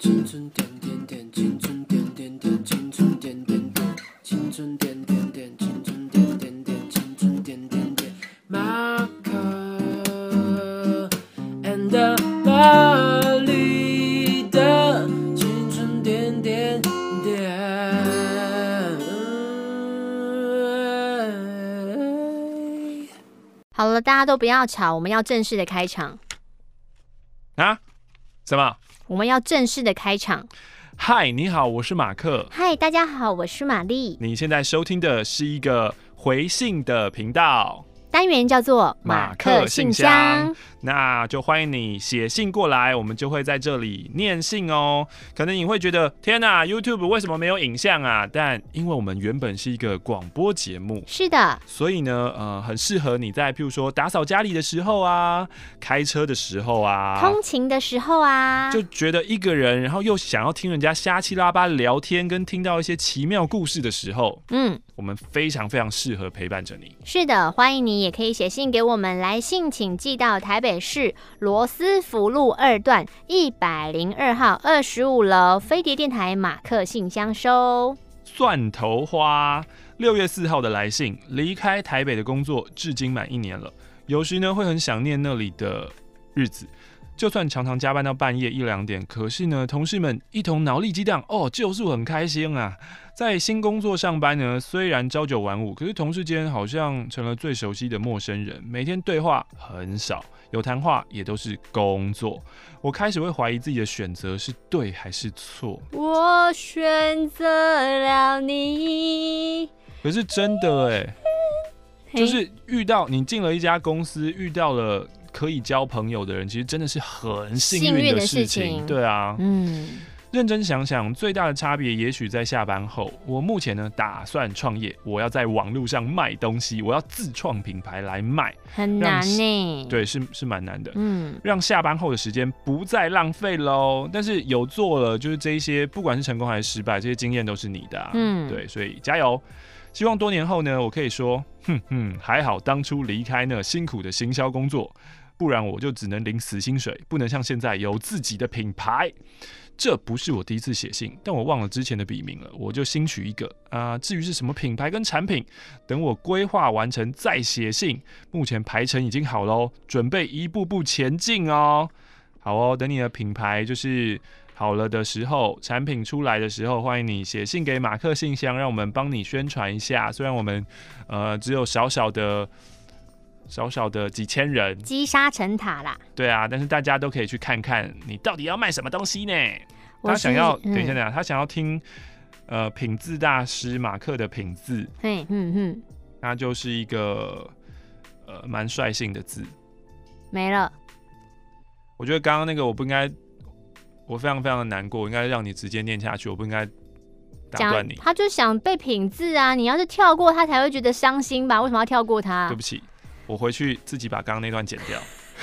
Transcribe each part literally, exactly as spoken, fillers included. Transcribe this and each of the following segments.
青春点点点，青春点点点，青春点点点，青春点点点，青春点点点，青春点点点。马克 and 玛丽的青春点点点。 好了，大家都不要吵，我们要正式的开场啊？什么？ 我们要正式的开场。 嗨，你好，我是马克。 嗨，大家好，我是玛丽。 你现在收听的是一个回信的频道， 单元叫做马克信箱， 那就欢迎你写信过来，我们就会在这里念信哦。可能你会觉得天哪 YouTube 为什么没有影像啊？但因为我们原本是一个广播节目， 是的， 所以呢，呃，很适合你在譬如说打扫家里的时候啊，开车的时候啊， 通勤的时候啊， 就觉得一个人，然后又想要听人家瞎七拉八聊天，跟听到一些奇妙故事的时候，嗯，我们非常非常适合陪伴着你。 是的，欢迎你也可以写信给我们，来信请寄到台北市罗斯福路二段一百零二号二十五楼飞碟电台马克信箱收。 蒜头花六月四号的来信，离开台北的工作至今满一年了，有时呢会很想念那里的日子，就算常常加班到半夜一两点，可是呢同事们一同脑力激荡，哦，就是很开心啊。在新工作上班呢，虽然朝九晚五，可是同事间好像成了最熟悉的陌生人，每天对话很少，有谈话也都是工作。我开始会怀疑自己的选择是对还是错。 我选择了你， 可是真的哎，就是遇到你进了一家公司，遇到了可以交朋友的人，其实真的是很幸运的事情。 幸运的事情对啊， 嗯。 认真想想，最大的差别也许在下班后。我目前呢打算创业，我要在网络上卖东西，我要自创品牌来卖， 很难呢。 对，是是蛮难的。 嗯， 让下班后的时间不再浪费喽。但是有做了，就是这一些，不管是成功还是失败，这些经验都是你的、啊。嗯，对，所以加油。希望多年后呢，我可以说，哼哼，还好当初离开那辛苦的行销工作，不然我就只能领死薪水，不能像现在有自己的品牌。这不是我第一次写信，但我忘了之前的笔名了，我就新取一个啊、呃。至于是什么品牌跟产品，等我规划完成再写信。目前排程已经好喽，准备一步步前进哦。好哦，等你的品牌就是好了的时候，产品出来的时候，欢迎你写信给马克信箱，让我们帮你宣传一下。虽然我们呃只有少少的。少少的几千人， 积沙成塔啦。 对啊，但是大家都可以去看看你到底要卖什么东西呢？他想要，嗯、等一下，等一下，他想要听呃品字大师马克的品字， 嘿，嗯嗯， 他就是一个呃蛮率性的字， 没了。 我觉得刚刚那个我不应该，我非常非常的难过，我应该让你直接念下去，我不应该打断你。 他就想被品字啊，你要是跳过他才会觉得伤心吧？为什么要跳过他？ 对不起。我回去自己把刚刚那段剪掉。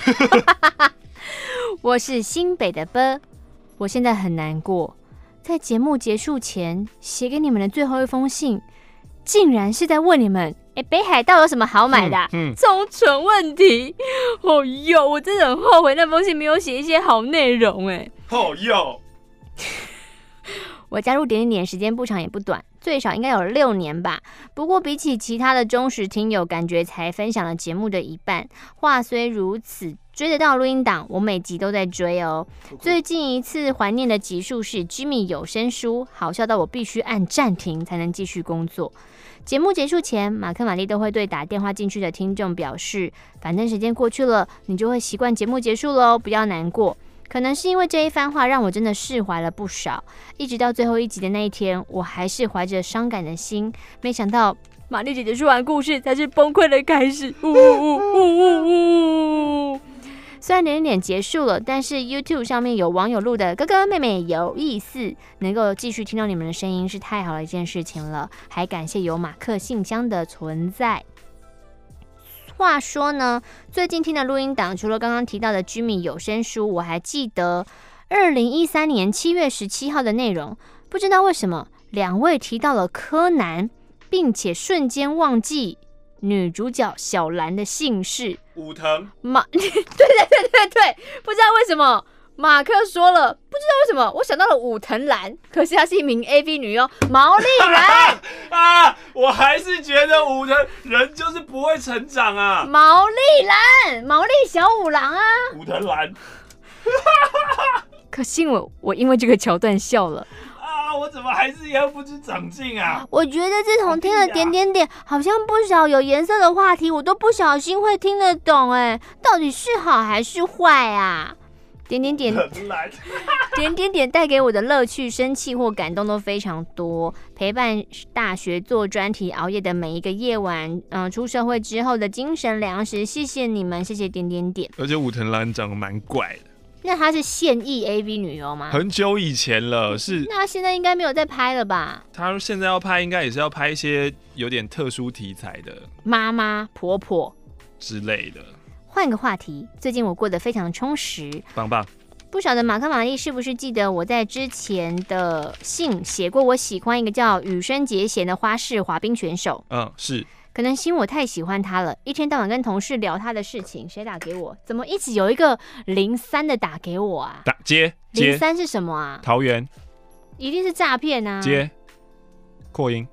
我是新北的波，我现在很难过，在节目结束前写给你们的最后一封信，竟然是在问你们，哎，北海道有什么好买的、啊？嗯，这种蠢问题，哦哟，我真的很后悔那封信没有写一些好内容，哎， 哦哟。 我加入点点点时间不长也不短，最少应该有六年吧。不过比起其他的忠实听友，感觉才分享了节目的一半。话虽如此，追得到录音档，我每集都在追哦。最近一次怀念的集数是 Jimmy 有声书，好笑到我必须按暂停才能继续工作。节目结束前，马克玛丽都会对打电话进去的听众表示，反正时间过去了，你就会习惯节目结束了，不要难过。可能是因为这一番话让我真的释怀了不少，一直到最后一集的那一天，我还是怀着伤感的心，没想到玛丽姐姐说完故事才是崩溃的开始。呜呜呜呜呜！虽然点点点结束了，但是 YouTube 上面有网友录的哥哥妹妹有意思，能够继续听到你们的声音是太好的一件事情了，还感谢有马克信箱的存在。话说呢，最近听的录音档，除了刚刚提到的 Jimmy 有声书，我还记得二零一三年七月十七号的内容。不知道为什么，两位提到了柯南，并且瞬间忘记女主角小兰的姓氏武藤。 马，对对对对对，不知道为什么马克说了，不知道为什么我想到了武藤兰，可是她是一名 A V 女优毛利兰啊！我还是觉得武藤人就是不会成长啊。 毛利兰，毛利小五郎啊， 武藤兰。 可惜我我因为这个桥段笑了。 啊！我怎么还是一样不知长进啊？ 我觉得自从听了点点点，好像不少有颜色的话题，我都不小心会听得懂。哎，到底是好还是坏啊？点点点，点点点带给我的乐趣、生气或感动都非常多。陪伴大学做专题熬夜的每一个夜晚，嗯、呃，出社会之后的精神粮食，谢谢你们，谢谢点点点。 而且武藤兰长得蛮怪的。 那她是现役 A V 女优吗？ 很久以前了，是。 那她现在应该没有在拍了吧？ 她现在要拍，应该也是要拍一些有点特殊题材的妈妈、婆婆之类的。 换个话题，最近我过得非常充实， 棒棒。 不晓得马克玛丽是不是记得我在之前的信写过，我喜欢一个叫羽生结弦的花式滑冰选手。 嗯，是。 可能是因为我太喜欢他了，一天到晚跟同事聊他的事情。谁打给我？怎么一直有一个零三的打给我啊？ 打接接。 零三是什么啊？ 桃园。 一定是诈骗啊！ 接。扩音。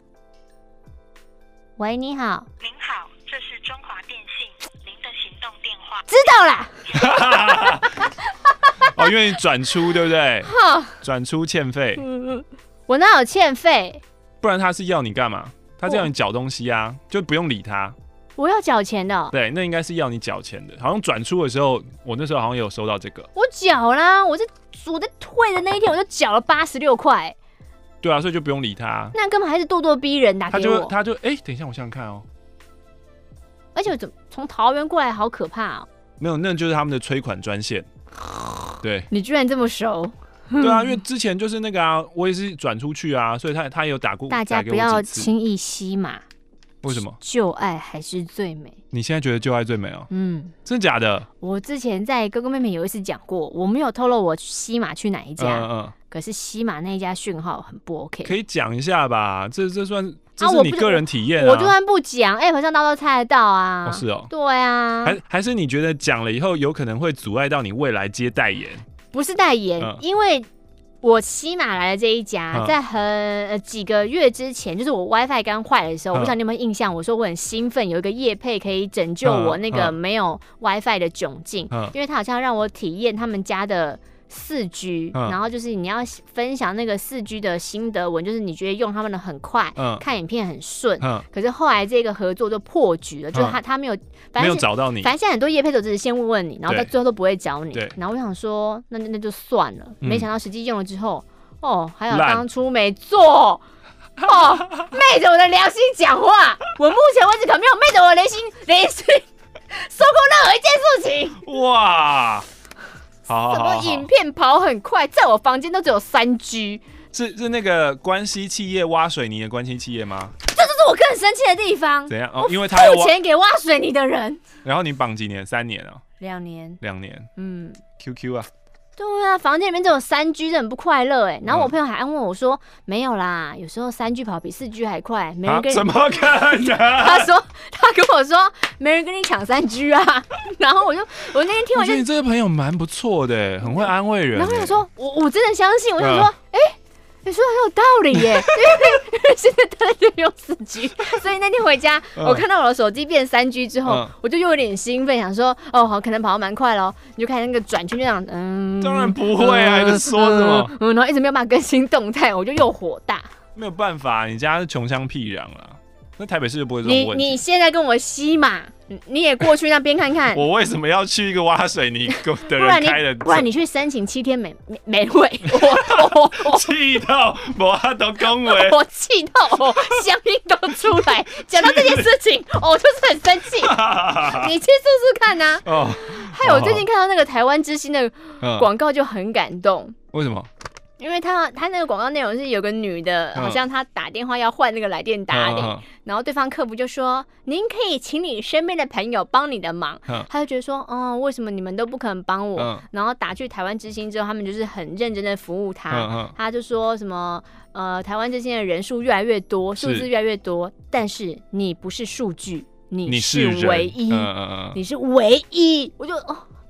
喂，你好。 您好，这是中华电信，您的行动电话。 知道啦。 哦，因为你转出对不对？转出欠费。 我哪有欠费？ 不然他是要你干嘛？他是要你缴东西啊，就不用理他。 我要缴钱的、哦。 对，那应该是要你缴钱的。好像转出的时候，我那时候好像有收到这个。 我缴啦，我在我在退的那一天我就缴了八十六块。 对啊，所以就不用理他。 那根本还是咄咄逼人打给我。 他就他就哎、欸，等一下，我想想看哦。 而且我怎么从桃园过来，好可怕哦。 没有，那就是他们的催款专线。对， 你居然这么熟？ 对啊，因为之前就是那个啊，我也是转出去啊，所以他他有打过。 大家不要轻易吸码。 为什么？ 旧爱还是最美。 你现在觉得旧爱最美哦？ 嗯， 真的假的？ 我之前在哥哥妹妹有一次讲过，我没有透露我吸码去哪一家，嗯嗯， 可是吸码那一家讯号很不 OK。 可以讲一下吧？这这算这是你个人体验啊。 我就算不讲 ，App 上大家都猜得到啊。 哦，是哦。 对啊。 还还是你觉得讲了以后有可能会阻碍到你未来接代言？ 不是代言，嗯、因为。我西马来的这一家，嗯、在很、呃、几个月之前，就是我 WiFi 刚坏的时候，嗯、我不知道你有没有印象。我说我很兴奋，有一个业配可以拯救我那个没有 WiFi 的窘境，嗯、因为他好像让我体验他们家的四 G，嗯、然后就是你要分享那个四 G 的心得文，就是你觉得用他们的很快，嗯、看影片很顺。嗯、可是后来这个合作就破局了，嗯、就是他他没有，反正没有找到你。 反正现在很多业配都只是先问问你，然后到最后都不会找你。然后我想说，那那就算了。嗯、没想到实际用了之后，哦，还好当初没做。哦，昧着我的良心讲话，我目前为止可没有昧着我的良心良心说过任何一件事情。 哇！ 什么影片跑很快，在我房间都只有三 G。 是是那个关西企业挖水泥的关西企业吗？ 这就是我更生气的地方。 怎样？哦，因为他付钱给挖水泥的人。 然后你绑几年？三年啊？ 两年。 两年。嗯。Q Q 啊。 对啊，房间里面只有三 G， 这很不快乐哎。然后我朋友还安慰我说：“嗯、没有啦，有时候三 G 跑比四 G 还快，没人跟你。” 怎么可能？ 他说他跟我说没人跟你抢三 G 啊。然后我就我那天听完就， 我觉得你这个朋友蛮不错的，很会安慰人。 然后我想说，我我真的相信，我想说，哎、嗯。你说的很有道理耶，因为因为现在大家都用四 G， 所以那天回家，嗯、我看到我的手机变三 G 之后，嗯、我就又有点兴奋，想说哦，好，可能跑得蛮快咯。你就看那个转圈，就这样，嗯， 当然不会啊，你在说什么？ 嗯，然后一直没有办法更新动态，我就又火大。 没有办法，你家是穷乡僻壤啦，那台北市就不会这种问题。 你你现在跟我吸嘛？你也过去那边看看。 我为什么要去一个挖水泥的人开的？ 不然你去申请七天美美美惠。我我气到我都恭维， 我气到我乡音都出来。讲到这件事情，我就是很生气。你去试试看呐、啊。哦。还有我最近看到那个台湾之星的广告就很感动。 嗯、为什么？ 因为他他那个广告内容是有个女的，好像她打电话要换那个来电打理，嗯嗯、然后对方客服就说：“您可以请你身边的朋友帮你的忙。嗯”他就觉得说：“嗯，为什么你们都不可能帮我？”嗯、然后打去台湾之星之后，他们就是很认真的服务他。嗯嗯、他就说什么：“呃，台湾之星的人数越来越多，数字越来越多，但是你不是数据，你是唯一， 嗯嗯嗯、 你是唯一。”我就哦。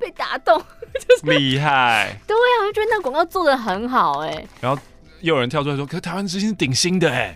被打动， 厉害。 对啊，我就觉得那个广告做得很好哎、欸。 然后又有人跳出来说：“可是台湾之星是顶薪的哎。”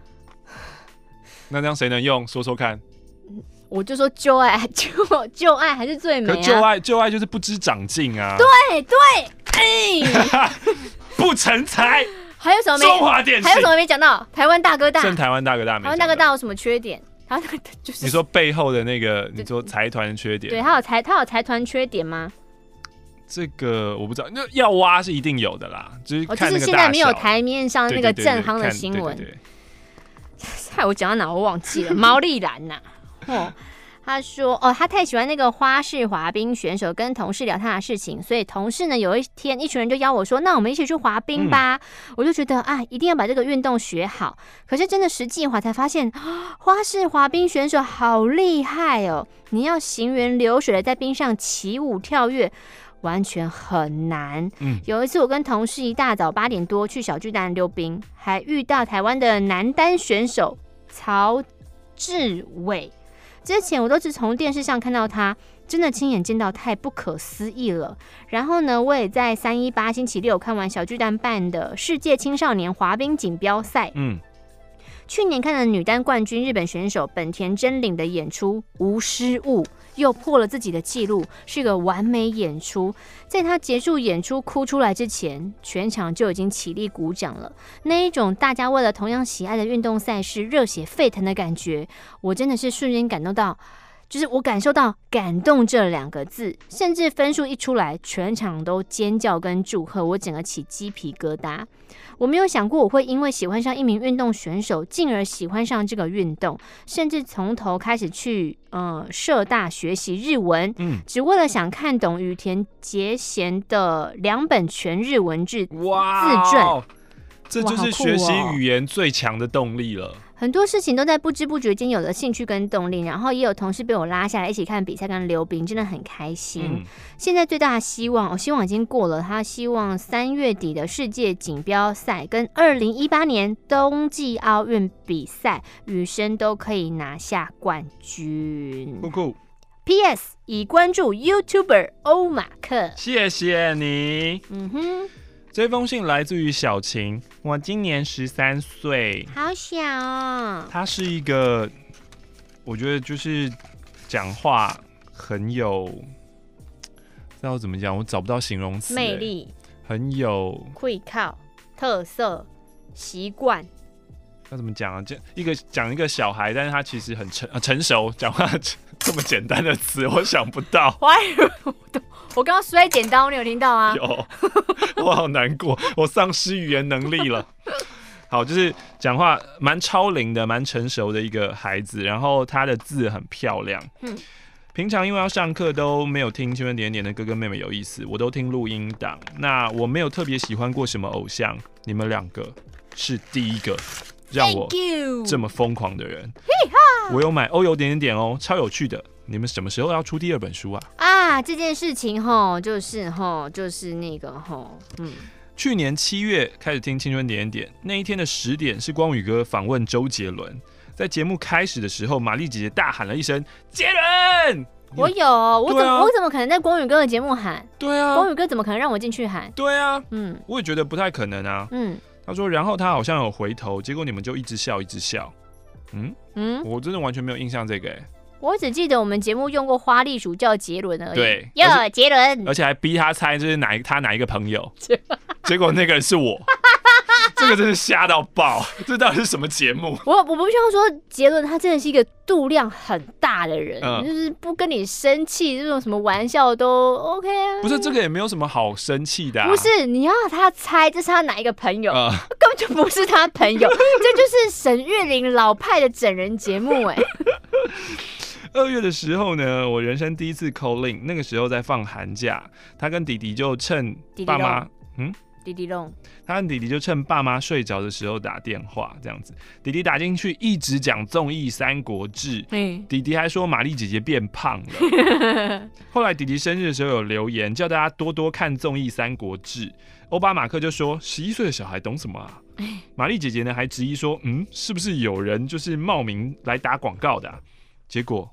那这样谁能用？说说看。 我就说旧爱，旧旧爱还是最美啊。 可旧爱旧爱就是不知长进啊。 对对，哎， 不成才。 还有什么没？ 中华电信还有什么没讲到？台湾大哥大。 剩台湾大哥大没。 台湾大哥大有什么缺点？台湾大哥大就是。 你说背后的那个，你说财团的缺点。 对，他有财，他有财团缺点吗？这个我不知道，那要挖是一定有的啦，就是看那个大小。 哦，就是现在没有台面上那个正夯的新闻。 对对对。 害我讲到哪我忘记了，毛利兰呐、啊，哦。他说：“哦，他太喜欢那个花式滑冰选手，跟同事聊他的事情，所以同事呢有一天一群人就邀我说，那我们一起去滑冰吧。嗯、我就觉得啊，一定要把这个运动学好。可是真的实际滑才发现，花式滑冰选手好厉害哦！你要行云流水的在冰上起舞跳跃。”完全很难。嗯，有一次我跟同事一大早八点多去小巨蛋溜冰，还遇到台湾的男单选手曹志伟。之前我都只从电视上看到他，真的亲眼见到太不可思议了。然后呢，我也在三一八星期六看完小巨蛋办的世界青少年滑冰锦标赛。嗯。去年看了女单冠军日本选手本田真绫的演出，无失误，又破了自己的纪录，是个完美演出。在她结束演出哭出来之前，全场就已经起立鼓掌了。那一种大家为了同样喜爱的运动赛事热血沸腾的感觉，我真的是瞬间感动到。就是我感受到感动这两个字，甚至分数一出来，全场都尖叫跟祝贺，我整个起鸡皮疙瘩。我没有想过我会因为喜欢上一名运动选手，进而喜欢上这个运动，甚至从头开始去呃社大学习日文，嗯，只为了想看懂羽田结弦的两本全日文字自传。 这就是学习语言最强的动力了。 很多事情都在不知不觉间有了兴趣跟动力，然后也有同事被我拉下来一起看比赛跟溜冰，真的很开心。嗯、现在最大的希望，我、哦、希望已经过了，他希望三月底的世界锦标赛跟二零一八年冬季奥运比赛，羽生都可以拿下冠军。 酷酷。 P S 已关注 YouTuber 欧马克， 谢谢你。嗯哼。这封信来自于小晴，我今年十三岁， 好小哦。 他是一个，我觉得就是讲话很有，不知道怎么讲，我找不到形容词。 魅力， 很有会靠特色习惯。 要怎么讲啊？一个讲一个小孩，但是他其实很成、啊、成熟，讲话这么简单的词，我想不到。 我刚刚摔剪刀，你有听到吗？ 有，我好难过，我丧失语言能力了。好，就是讲话蛮超龄的，蛮成熟的一个孩子，然后他的字很漂亮。嗯，平常因为要上课都没有听《青春点点》的哥哥妹妹有意思，我都听录音档。那我没有特别喜欢过什么偶像，你们两个是第一个让我这么疯狂的人。我有买欧游点点点哦，超有趣的。你们什么时候要出第二本书啊？ 啊，这件事情吼，就是吼，就是那个吼，嗯， 去年七月开始听《青春点点点》，那一天的十点是光宇哥访问周杰伦，在节目开始的时候，玛丽姐姐大喊了一声“杰伦”， 我有，我怎么、啊、我怎么可能在光宇哥的节目喊？ 对啊， 光宇哥怎么可能让我进去喊？ 对啊，嗯，我也觉得不太可能啊，嗯，他说，然后他好像有回头，结果你们就一直笑，一直笑，嗯嗯，我真的完全没有印象这个、欸。 我只记得我们节目用过花栗鼠叫杰伦而已。 对， 哟，杰伦， 而且还逼他猜这是哪一他哪一个朋友，结果那个人是我，这个真是瞎到爆！这到底是什么节目？ 我我不需要说杰伦，他真的是一个度量很大的人，嗯、就是不跟你生气，这种什么玩笑都 OK 啊。 不是这个也没有什么好生气的、啊。 不是，你要他猜这是他哪一个朋友，嗯、根本就不是他朋友，这就是沈玉琳老派的整人节目哎、欸。 二月的时候呢，我人生第一次 call in， 那个时候在放寒假，他跟弟弟就趁爸妈，嗯， 弟弟弄， 他跟弟弟就趁爸妈睡着的时候打电话，这样子，弟弟打进去一直讲综艺《三国志》，嗯，弟弟还说玛丽姐姐变胖了。后来弟弟生日的时候有留言，叫大家多多看综艺《三国志》，欧巴马克就说十一岁的小孩懂什么啊？玛丽姐姐呢还质疑说，嗯，是不是有人就是冒名来打广告的、啊？结果。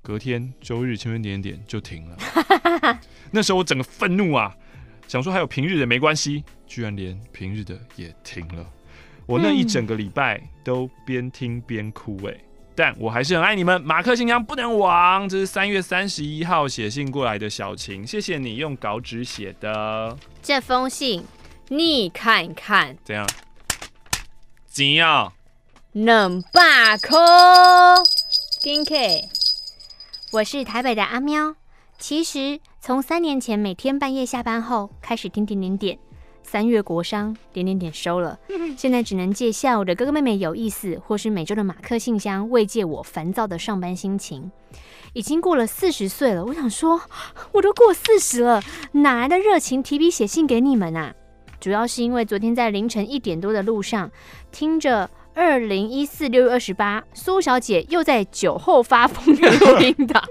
隔天周日青春点点点就停了。那时候我整个愤怒啊，想说还有平日的没关系，居然连平日的也停了。我那一整个礼拜都边听边哭哎、欸，但我还是很爱你们。马克信箱不能忘，这是三月三十一号写信过来的小晴，谢谢你用稿纸写的这封信，你看看， 怎样？怎样？ 两百块，丁 K， 我是台北的阿喵。其实从三年前每天半夜下班后开始听点点点。三月国商点点点收了，现在只能借下午的哥哥妹妹有意思，或是每周的马克信箱慰藉我烦躁的上班心情。已经过了四十岁了，我想说，我都过四十了，哪来的热情提笔写信给你们啊？主要是因为昨天在凌晨一点多的路上，听着二零一四六月二十八，苏小姐又在酒后发疯的录音档。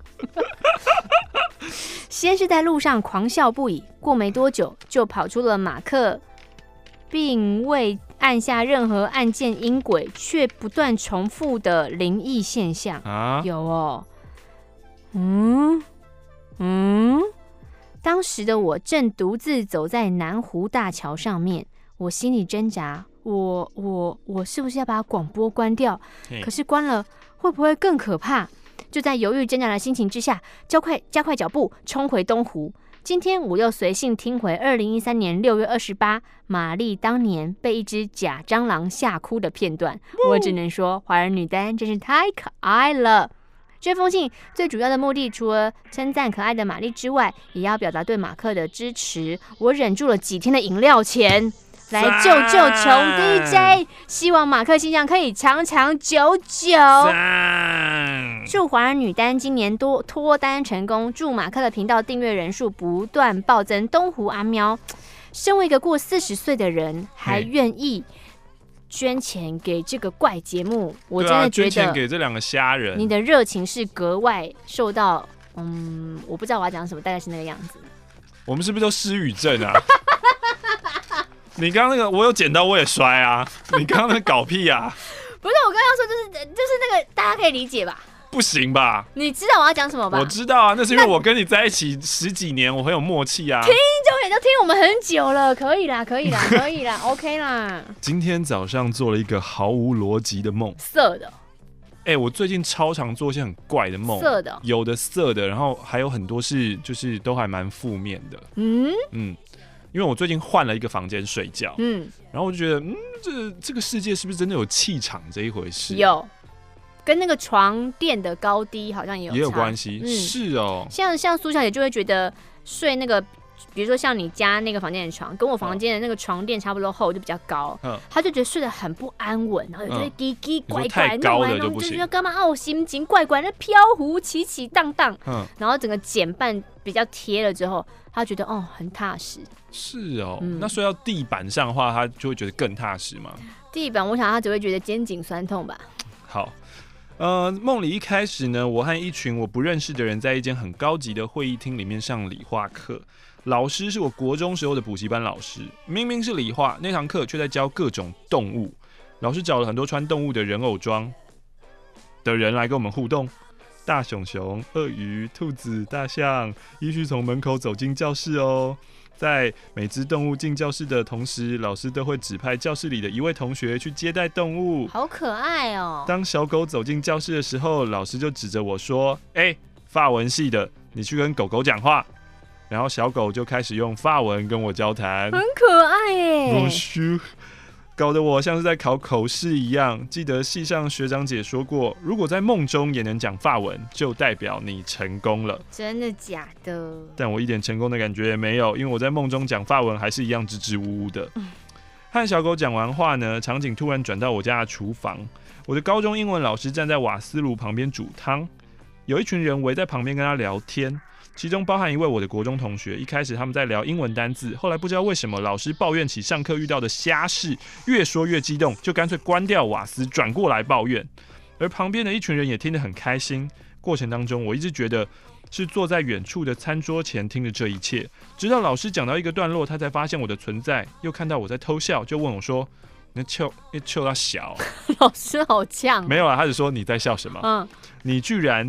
先是在路上狂笑不已，过没多久就跑出了马克并未按下任何按键音轨却不断重复的灵异现象啊！有哦，嗯嗯，当时的我正独自走在南湖大桥上面，我心里挣扎，我我我是不是要把广播关掉？可是关了会不会更可怕？就在犹豫挣扎的心情之下，加快加快脚步冲回东湖。今天我又随性听回二零一三年六月二十八，玛丽当年被一只假蟑螂吓哭的片段。我只能说，华人女单真是太可爱了。这封信最主要的目的，除了称赞可爱的玛丽之外，也要表达对马克的支持。我忍住了几天的饮料钱。来救救穷 D J， 希望马克信箱可以长长久久。祝华人女单今年多脱单成功，祝马克的频道订阅人数不断暴增。东湖阿喵，身为一个过四十岁的人，还愿意捐钱给这个怪节目，我真的觉得捐钱给这两个虾人， 你的热情是格外受到，嗯，我不知道我要讲什么，大概是那个样子。 我们是不是都失语症啊？你刚刚那个我有剪刀我也摔啊！你刚刚那个搞屁啊！ 不是，我刚刚说就是就是那个大家可以理解吧？ 不行吧？ 你知道我要讲什么吧？ 我知道啊，那是因为我跟你在一起十几年，我很有默契啊。 听众也都听我们很久了，可以啦，可以啦，可以啦，OK 啦。 今天早上做了一个毫无逻辑的梦， 色的。 哎、欸，我最近超常做一些很怪的梦， 色的， 有的色的，然后还有很多是就是都还蛮负面的。嗯嗯。因为我最近换了一个房间睡觉，嗯，然后我就觉得，嗯，这这个世界是不是真的有气场这一回事？ 有，跟那个床垫的高低好像也有也有关系，嗯、是哦。 像像苏小姐就会觉得睡那个，比如说像你家那个房间的床，跟我房间的那个床垫差不多厚，就比较高，嗯，她就觉得睡得很不安稳，然后有些叽叽怪怪， 弄来弄去就是干嘛啊？我心情怪怪，那飘忽起起荡荡，嗯，然后整个剪半比较贴了之后，她觉得哦很踏实。 是哦、嗯，那睡到地板上的话，他就会觉得更踏实吗？ 地板，我想他只会觉得肩颈酸痛吧。 好，呃，梦里一开始呢，我和一群我不认识的人在一间很高级的会议厅里面上理化课，老师是我国中时候的补习班老师，明明是理化，那堂课却在教各种动物。老师找了很多穿动物的人偶装的人来跟我们互动。大熊熊、鳄鱼、兔子、大象，依序从门口走进教室哦。在每只动物进教室的同时，老师都会指派教室里的一位同学去接待动物。 好可爱哦！ 当小狗走进教室的时候，老师就指着我说：“哎、欸，法文系的，你去跟狗狗讲话。”然后小狗就开始用法文跟我交谈， 很可爱耶。 Bonjour，搞得我像是在考口试一样。记得系上学长姐说过，如果在梦中也能讲法文，就代表你成功了。 真的假的？ 但我一点成功的感觉也没有，因为我在梦中讲法文还是一样支支吾吾的。嗯、和小狗讲完话呢，场景突然转到我家的厨房。我的高中英文老师站在瓦斯炉旁边煮汤，有一群人围在旁边跟他聊天。其中包含一位我的国中同学，一开始他们在聊英文单字，后来不知道为什么老师抱怨起上课遇到的瞎事，越说越激动，就干脆关掉瓦斯，转过来抱怨。而旁边的一群人也听得很开心。过程当中，我一直觉得是坐在远处的餐桌前听着这一切，直到老师讲到一个段落，他才发现我的存在，又看到我在偷笑，就问我说：“你笑，你笑到小？” 老师好呛。 没有啊，他只说你在笑什么？嗯，你居然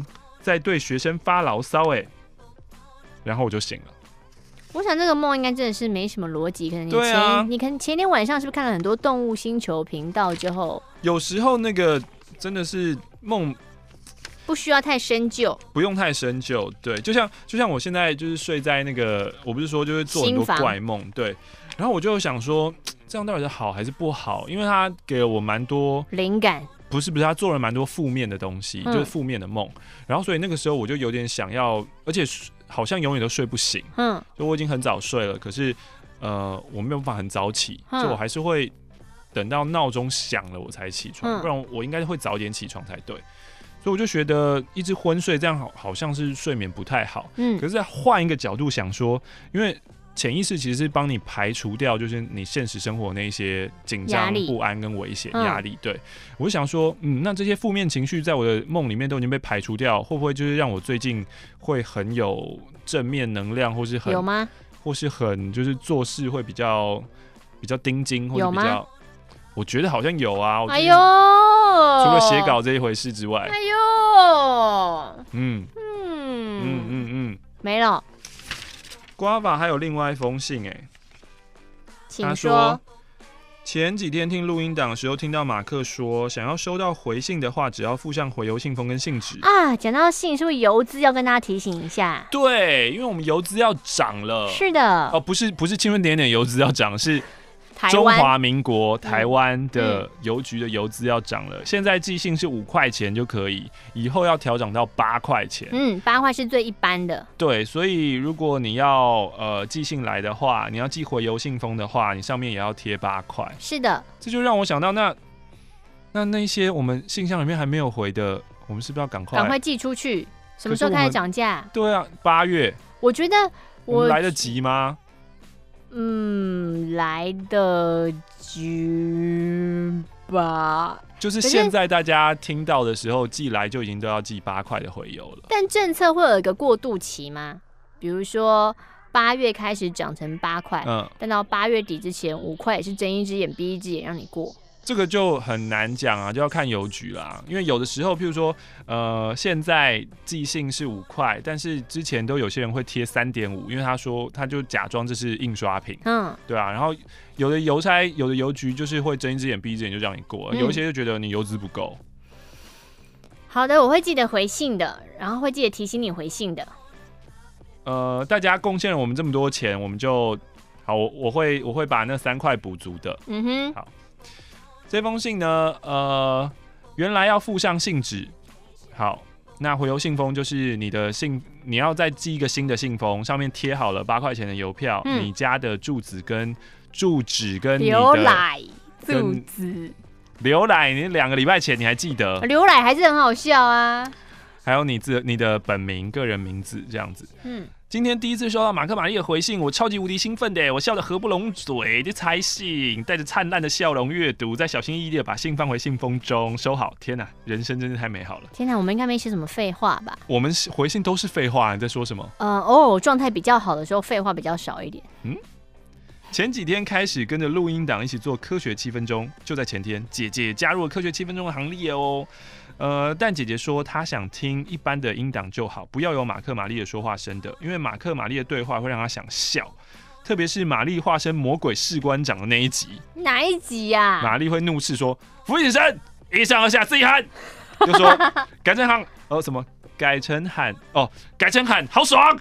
在对学生发牢骚，哎，然后我就醒了。 我想这个梦应该真的是没什么逻辑，可能你前、 啊、 你可能前天晚上是不是看了很多动物星球频道之后， 有时候那个真的是梦不需要太深究， 不用太深究，对，就像就像我现在就是睡在那个，我不是说就是做很多怪梦，对，然后我就想说这样到底是好还是不好，因为他给了我蛮多灵感。 不是不是，他做了蛮多负面的东西，嗯、就是负面的梦。然后所以那个时候我就有点想要，而且好像永远都睡不醒。嗯，就我已经很早睡了，可是呃我没有办法很早起，嗯、就我还是会等到闹钟响了我才起床，嗯、不然我应该会早点起床才对。所以我就觉得一直昏睡这样好好像是睡眠不太好。嗯，可是再换一个角度想说，因为潜意识其实是帮你排除掉，就是你现实生活那些紧张、不安跟危险、压力。对，我就想说，嗯，那这些负面情绪在我的梦里面都已经被排除掉，会不会就是让我最近会很有正面能量，或是很有吗？ 或是很就是做事会比较比较盯紧，或者比较，我觉得好像有啊。 哎呦， 除了写稿这一回事之外， 哎呦， 嗯嗯嗯嗯嗯， 没了。 瓜法还有另外一封信，哎， 请说。 前几天听录音档的时候，听到马克说，想要收到回信的话，只要附上回邮信封跟信纸啊。讲到信，是不是邮资要跟大家提醒一下？ 对，因为我们邮资要涨了。 是的， 哦，不是不是青春点点邮资要涨，是中华民国台湾的邮局的邮资要涨了。嗯、现在寄信是五块钱就可以，以后要调涨到八块钱。 嗯，八块是最一般的。 对，所以如果你要呃寄信来的话，你要寄回邮信封的话，你上面也要贴八块。 是的， 这就让我想到那那那些我们信箱里面还没有回的，我们是不是要赶快赶快寄出去？什么时候开始涨价？ 对啊，八月。 我觉得 我, 我们来得及吗？ 嗯，来得及吧。 就是现在大家听到的时候寄来就已经都要寄八块的回邮了。 但政策会有一个过渡期吗？比如说八月开始涨成八块，嗯，但到八月底之前五块也是睁一只眼闭一只眼让你过。 这个就很难讲啊，就要看邮局啦。因为有的时候，譬如说，呃，现在寄信是五块，但是之前都有些人会贴三点五，因为他说他就假装这是印刷品，嗯，对啊。然后有的邮差、有的邮局就是会睁一只眼闭一只眼就让你过，嗯、有一些就觉得你邮资不够。 好的，我会记得回信的，然后会记得提醒你回信的。 呃，大家贡献了我们这么多钱，我们就好，我我会我会把那三块补足的。嗯哼，好。这封信呢，呃，原来要附上信纸。好，那回邮信封就是你的信，你要再寄一个新的信封，上面贴好了八块钱的邮票，嗯、你家的住址跟住址跟你的刘奶住址， 刘奶，你两个礼拜前你还记得？ 刘奶还是很好笑啊。 还有你自你的本名、个人名字这样子。嗯。今天第一次收到马克玛丽的回信，我超级无敌兴奋的，我笑得合不拢嘴，就拆信，带着灿烂的笑容阅读，再小心翼翼的把信放回信封中，收好。天哪，人生真是太美好了！ 天哪，我们应该没写什么废话吧？ 我们回信都是废话，你在说什么？ 呃，偶尔状态比较好的时候，废话比较少一点。 嗯，前几天开始跟着录音档一起做科学七分钟，就在前天，姐姐加入了科学七分钟的行列哦。呃，但姐姐说她想听一般的音档就好，不要有马克玛丽的说话声的，因为马克玛丽的对话会让她想笑，特别是玛丽化身魔鬼士官长的那一集。 哪一集呀、啊？ 玛丽会怒斥说：“服役生，一上二下自己喊。”就说改成喊哦什么？改成喊哦，改成喊好爽，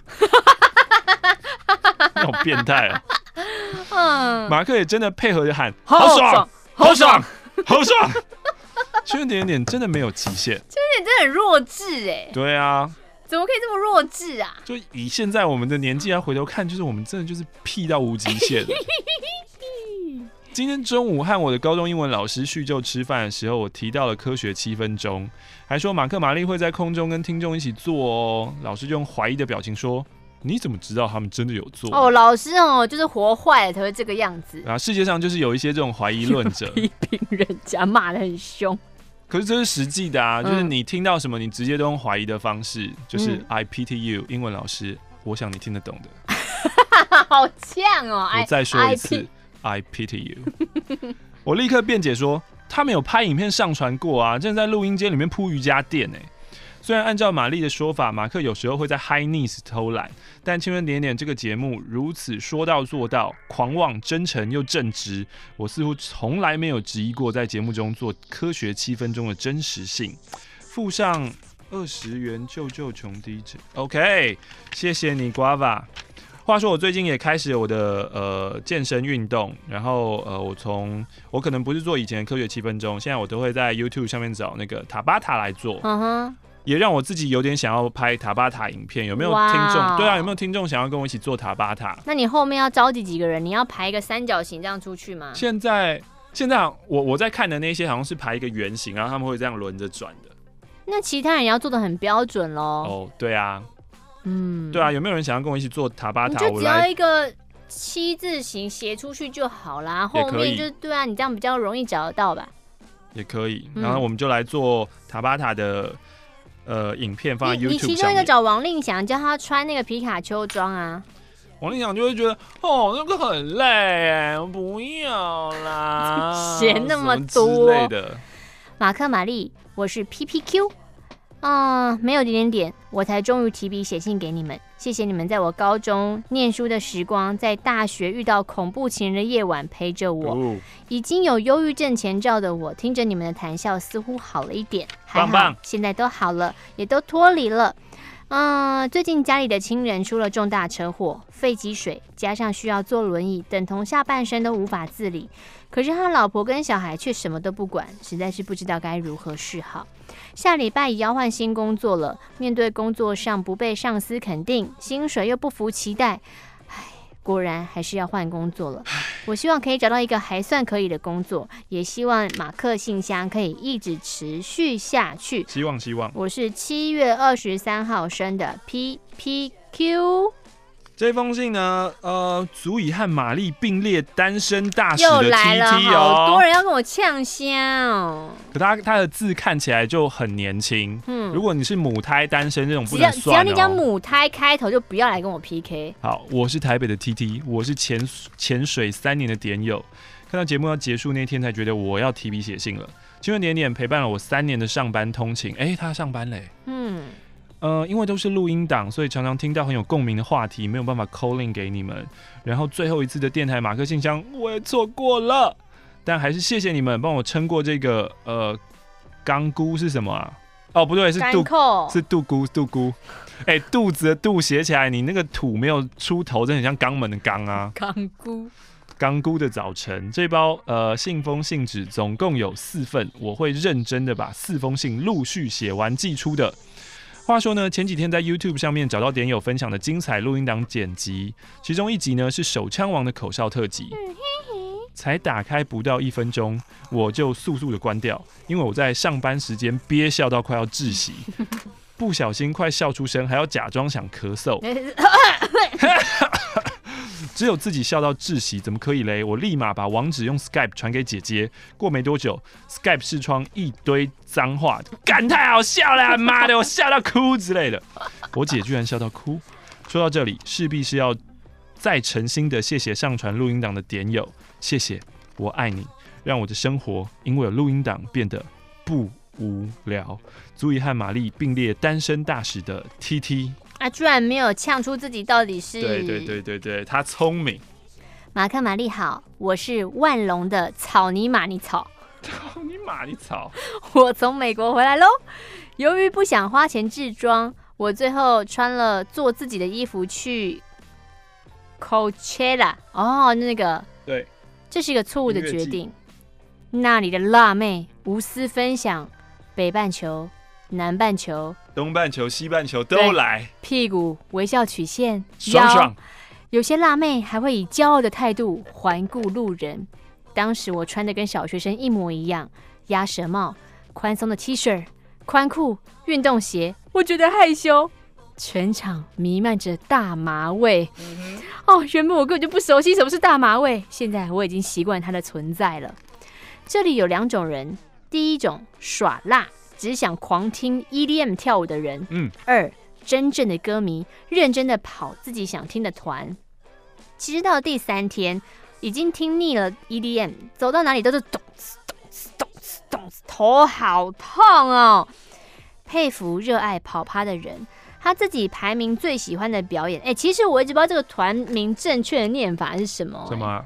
那种变态啊！嗯，马克也真的配合着喊好爽，好爽，好爽。青春点点真的没有极限， 青春点真的很弱智哎。 对啊， 怎么可以这么弱智啊？ 就以现在我们的年纪来回头看，就是我们真的就是屁到无极限。今天中午和我的高中英文老师叙旧吃饭的时候，我提到了科学七分钟，还说马克玛丽会在空中跟听众一起做哦。老师就用怀疑的表情说：“你怎么知道他们真的有做？” 哦，老师哦，就是活坏了才会这个样子啊！世界上就是有一些这种怀疑论者， 批评人家，骂得很凶。 可是这是实际的啊，嗯、就是你听到什么，你直接都用怀疑的方式，就是、嗯、I pity you， 英文老师，我想你听得懂的。 好呛哦！ 我再说一次 ，I pity you。我立刻辩解说，他们有拍影片上传过啊，正在录音间里面铺瑜伽垫哎。 虽然按照玛丽的说法，马克有时候会在 High Knees 偷懒，但青春点点这个节目如此说到做到，狂妄、真诚又正直，我似乎从来没有质疑过在节目中做科学七分钟的真实性。附上二十元救救穷 D J。OK， 谢谢你 Guava。话说我最近也开始我的呃健身运动，然后呃我从我可能不是做以前的科学七分钟，现在我都会在 YouTube 上面找那个塔巴塔来做，嗯哼，也让我自己有点想要拍塔巴塔影片。有没有听众？对啊，有没有听众想要跟我一起做塔巴塔？ 那你后面要召集几个人？你要排一个三角形这样出去吗？ 现在现在我我在看的那些好像是排一个圆形，然后他们会这样轮着转的。 那其他人也要做得很标准咯。 哦，对啊。嗯，对啊，有没有人想要跟我一起做塔巴塔？ 你就只要一个七字形斜出去就好啦，后面就对啊，你这样比较容易找得到吧？ 也可以，然后我们就来做塔巴塔的呃影片放在 YouTube 上面。你其中一个找王令祥，叫他穿那个皮卡丘装啊。 王令祥就会觉得哦，那个很累哎，不要啦， 嫌那么多之类的。 马克玛丽，我是 P P Q。嗯，没有点点点，我才终于提笔写信给你们。谢谢你们在我高中念书的时光，在大学遇到恐怖情人的夜晚陪着我。哦、已经有忧郁症前兆的我，听着你们的谈笑，似乎好了一点。还好，棒棒现在都好了，也都脱离了。嗯，最近家里的亲人出了重大车祸，肺积水，加上需要坐轮椅，等同下半身都无法自理。可是他老婆跟小孩却什么都不管，实在是不知道该如何是好。下礼拜也要换新工作了，面对工作上不被上司肯定，薪水又不符期待，唉，果然还是要换工作了。我希望可以找到一个还算可以的工作，也希望马克信箱可以一直持续下去。 希望希望。 我是七月二十三号生的 P P Q。 这封信呢，呃，足以和玛丽并列单身大使的 T T 哦， 又来了，好多人要跟我呛香哦。 可他他的字看起来就很年轻，嗯，如果你是母胎单身这种不能算、哦、 只要只要你讲母胎开头，就不要来跟我 P K。 好，我是台北的 T T， 我是潜潜水三年的点友，看到节目要结束那天才觉得我要提笔写信了。青春点点陪伴了我三年的上班通勤，哎、欸，他上班嘞，嗯。呃，因为都是录音档，所以常常听到很有共鸣的话题，没有办法 call in 给你们。然后最后一次的电台马克信箱我也错过了，但还是谢谢你们帮我撑过这个呃，刚菇是什么啊？哦，不对，是杜是杜菇杜菇。哎、欸，肚子的肚写起来，你那个土没有出头，真的很像肛门的肛啊。 刚菇。 刚菇的早晨，这包呃信封信纸总共有四份，我会认真的把四封信陆续写完寄出的。话说呢，前几天在 YouTube 上面找到点友分享的精彩录音档剪辑，其中一集呢是手枪王的口哨特辑，才打开不到一分钟，我就速速的关掉，因为我在上班时间憋笑到快要窒息，不小心快笑出声，还要假装想咳嗽。只有自己笑到窒息，怎么可以嘞？我立马把网址用 Skype 传给姐姐。过没多久 ，Skype 视窗一堆脏话，干太好笑了，妈的，我笑到哭之类的。我姐居然笑到哭。说到这里，势必是要再诚心的谢谢上传录音档的点友，谢谢，我爱你，让我的生活因为有录音档变得不无聊，足以和玛丽并列单身大使的 T T。 啊！居然没有呛出自己到底是…… 对对对对对，他聪明。 马克玛丽好，我是万隆的草泥马尼草。 草泥马尼草。 我从美国回来喽。由于不想花钱置装，我最后穿了做自己的衣服去 Coachella。哦，那个， 对， 这是一个错误的决定。那里的辣妹无私分享，北半球。南半球、 东半球、西半球都来， 屁股微笑曲线， 爽爽。 有些辣妹还会以骄傲的态度环顾路人。当时我穿的跟小学生一模一样，鸭舌帽、宽松的 T 恤、宽裤、运动鞋，我觉得害羞。全场弥漫着大麻味。嗯、哦，原本我根本就不熟悉什么是大麻味，现在我已经习惯它的存在了。这里有两种人，第一种耍辣。只想狂听 E D M 跳舞的人，嗯，二真正的歌迷，认真的跑自己想听的团。其实到了第三天，已经听腻了 E D M， 走到哪里都是咚咚咚咚，头好痛哦。 佩服热爱跑趴的人。他自己排名最喜欢的表演，哎、欸，其实我一直不知道这个团名正确的念法是什么、欸。 什么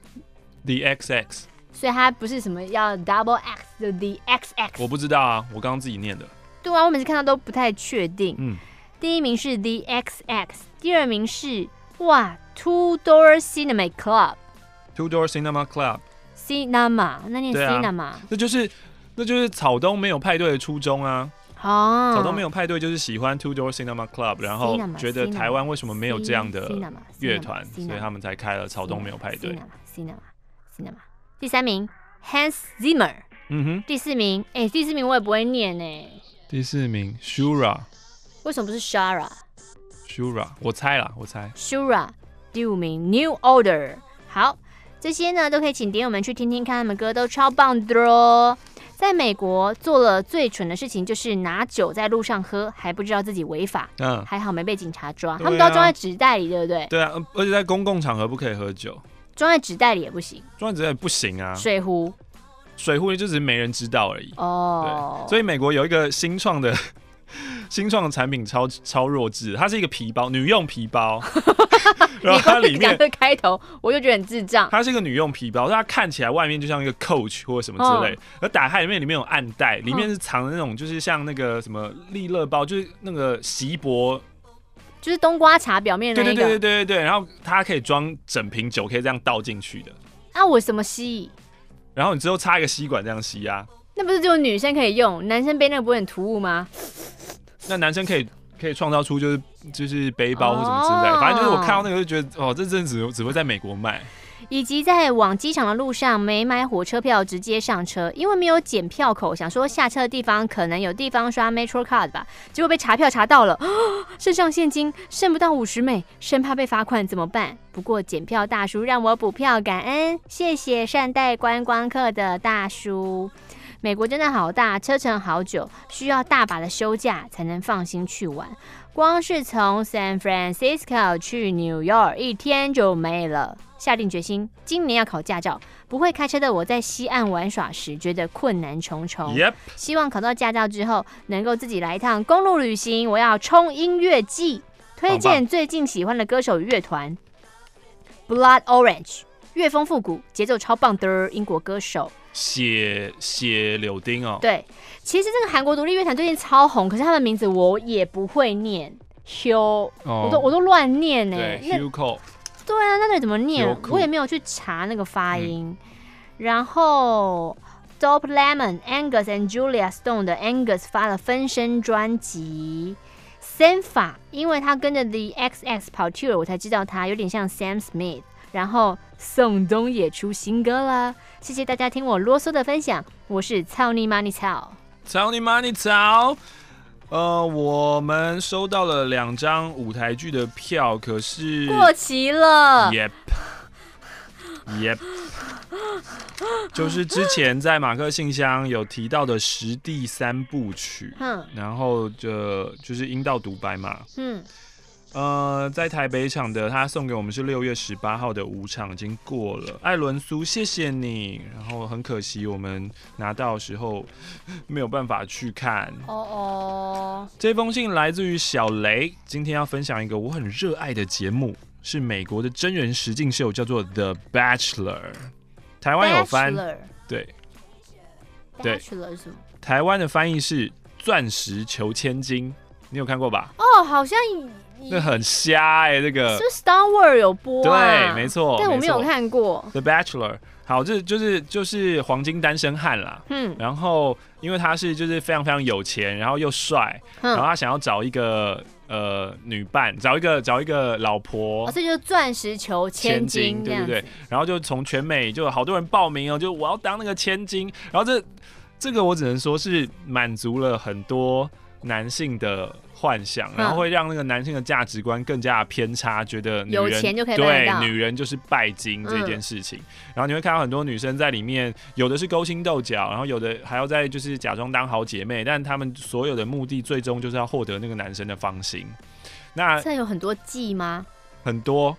？The X X。 所以它不是什么要 Double X 的 The X X。 我不知道啊，我刚刚自己念的。 对啊，我每次看到都不太确定。 嗯。 第一名是 The X X， 第二名是哇 Two Door Cinema Club。Two Door Cinema Club。Cinema， 那念 Cinema、啊。 那就是那就是草东没有派对的初衷啊。 哦， 草东没有派对就是喜欢 Two Door Cinema Club， 然后觉得台湾为什么没有这样的乐团，所以他们才开了草东没有派对。 Cinema Cinema。第三名 Hans Zimmer。 嗯哼。 第四名，哎、欸，第四名我也不会念哎、欸。 第四名 Shura。 为什么不是 Shara？Shura， 我猜啦，我猜。 Shura。第五名 New Order。好，这些呢都可以请点友们去听听看，他们歌都超棒的哦。在美国做了最蠢的事情就是拿酒在路上喝，还不知道自己违法。嗯，还好没被警察抓，啊、他们都要装在纸袋里，对不对？ 对啊，而且在公共场合不可以喝酒， 装在纸袋里也不行。 装在纸袋里不行啊。 水壶， 水壶就只是没人知道而已。 哦， 对，所以美国有一个新创的。新创的产品超超弱智，它是一个皮包，女用皮包，然后它里面讲这开头我就觉得很智障。 它是一个女用皮包，它看起来外面就像一个 Coach 或者什么之类，而、哦、打开里面里面有暗袋，里面是藏的那种就是像那个什么利乐包，就是那个锡箔， 就是冬瓜茶表面的那个。 对对对对对对，然后它可以装整瓶酒，可以这样倒进去的。 啊，我什么吸？ 然后你之后插一个吸管这样吸啊。 那不是只有女生可以用，男生背那个不会很突兀吗？ 那男生可以可以创造出就是就是背包或什么之类的， oh. 反正就是我看到那个就觉得哦，这真的只只会在美国卖。 以及在往机场的路上没买火车票直接上车，因为没有检票口，想说下车的地方可能有地方刷 Metro Card 吧，结果被查票查到了，剩上现金剩不到五十美，生怕被罚款怎么办？不过检票大叔让我补票，感恩，谢谢善待观光客的大叔。美国真的好大，车程好久，需要大把的休假才能放心去玩。光是从 San Francisco 去 New York 一天就没了。下定决心，今年要考驾照。不会开车的我在西岸玩耍时，觉得困难重重。 Yep. 希望考到驾照之后，能够自己来一趟公路旅行。我要冲音乐季，推荐最近喜欢的歌手与乐团 Blood Orange， 乐风复古，节奏超棒的英国歌手。 血血柳丁哦， 对，其实这个韩国独立乐团最近超红，可是他们名字我也不会念 ，Hyo，、哦、我都我都乱念呢。 对 ，Hugo。 对啊，那得怎么念？我也没有去查那个发音。嗯、然后 Dope Lemon、Angus and Julia Stone 的 Angus 发了分身专辑。Sampha， 因为他跟着 The X X 跑 tour， 我才知道他有点像 Sam Smith。然后宋冬野出新歌了，谢谢大家听我啰嗦的分享，我是草泥马你草， 草泥马你草。呃，我们收到了两张舞台剧的票，可是过期了。 Yep，Yep， yep. 就是之前在马克信箱有提到的实地三部曲，嗯，然后就就是阴道独白嘛，嗯。呃，在台北场的他送给我们是六月十八号的五场已经过了，艾伦苏谢谢你，然后很可惜我们拿到的时候没有办法去看。哦哦，这封信来自于小雷，今天要分享一个我很热爱的节目，是美国的真人实境秀，叫做 The Bachelor， 台湾有翻， Bachelor. 对，对 Bachelor 是什么？ 台湾的翻译是钻石求千金，你有看过吧？ 哦，好像。 那很瞎哎、欸，这个是不是 Star Wars 有播啊？ 对，没错， 但我没有看过。 The Bachelor， 好，这就是就是黄金单身汉啦。嗯，然后因为他是就是非常非常有钱，然后又帅，嗯、然后他想要找一个呃女伴，找一个找一个老婆， 哦，这就是钻石求千金， 对对对。然后就从全美就有好多人报名哦，就我要当那个千金。然后这这个我只能说是满足了很多男性的幻想，然后会让那个男性的价值观更加偏差，觉得女人有钱就可以办得到， 对，女人就是拜金这件事情。嗯、然后你会看到很多女生在里面，有的是勾心斗角，然后有的还要在就是假装当好姐妹，但他们所有的目的最终就是要获得那个男生的芳心。那这有很多季吗？ 很多。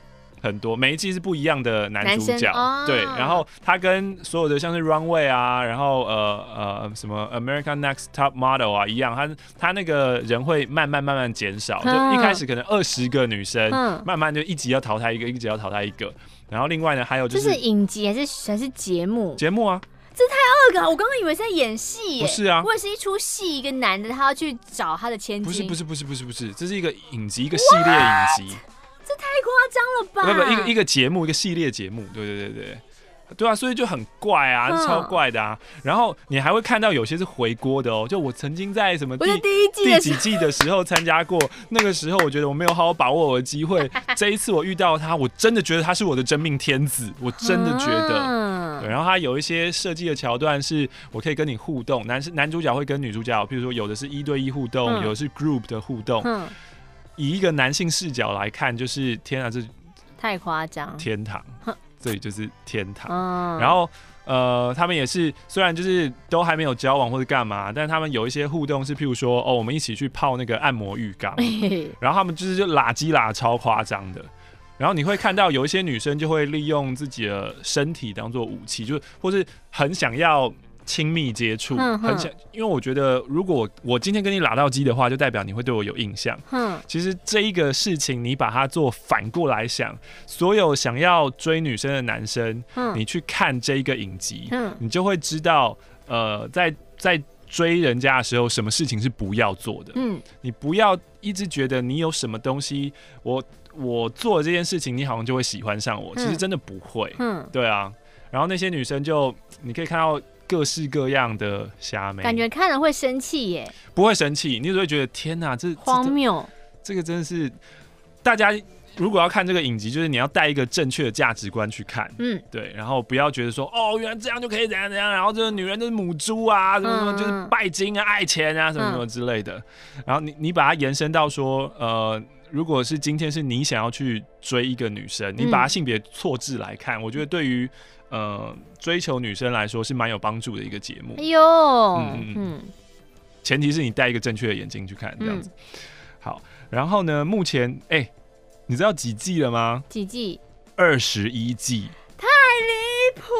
很多，每一季是不一样的男主角， 哦、 对，然后他跟所有的像是 Runway 啊，然后呃呃什么 American Next Top Model 啊一样，他他那个人会慢慢慢慢减少，就一开始可能二十个女生，嗯、慢慢就一集要淘汰一个，一集要淘汰一个，然后另外呢还有就是， 这是影集还是还是节目？ 节目啊。 这太恶搞！我刚刚以为是在演戏耶， 不是啊， 我也是一出戏，一个男的他要去找他的千金， 不是不是不是不是不是，这是一个影集，一个系列影集， 这太夸张了吧？ 不不，一个一个节目，一个系列节目，对对对对。对啊，所以就很怪啊，嗯、超怪的啊。然后你还会看到有些是回锅的哦，就我曾经在什么第第一季第几季的时候参加过，那个时候我觉得我没有好好把握我的机会，这一次我遇到他，我真的觉得他是我的真命天子，我真的觉得。嗯、对，然后他有一些设计的桥段是我可以跟你互动，男男主角会跟女主角，譬如说有的是一对一互动，嗯、有的是 group 的互动。嗯、以一个男性视角来看，就是天啊，这太夸张， 天堂。这里就是天堂，嗯、然后呃，他们也是虽然就是都还没有交往或者干嘛，但他们有一些互动是，譬如说哦，我们一起去泡那个按摩浴缸，然后他们就是就拉鸡拉超夸张的，然后你会看到有一些女生就会利用自己的身体当做武器，就或是很想要亲密接触，嗯、很想，因为我觉得如果 我, 我今天跟你拉到鸡的话，就代表你会对我有印象。嗯、其实这一个事情，你把它做反过来想，所有想要追女生的男生，嗯、你去看这一个影集，嗯、你就会知道，呃，在在追人家的时候，什么事情是不要做的。嗯、你不要一直觉得你有什么东西，我我做了这件事情，你好像就会喜欢上我。其实真的不会。嗯、对啊。然后那些女生就，你可以看到。各式各样的虾妹， 感觉看了会生气耶。 不会生气，你只会觉得天哪，这荒谬。 这个真的是大家如果要看这个影集，就是你要带一个正确的价值观去看，嗯，对，然后不要觉得说哦，原来这样就可以怎样怎样，然后这个女人就是母猪啊，什么什么就是拜金啊、爱钱啊，什么什么之类的。然后你你把它延伸到说，呃，如果是今天是你想要去追一个女生，你把她性别错置来看，嗯、我觉得对于呃，追求女生来说是蛮有帮助的一个节目。 哎呦，嗯嗯， 前提是你带一个正确的眼睛去看，这样子。嗯、好，然后呢，目前哎、欸，你知道几季了吗？ 几季？ 二十一季， 太离谱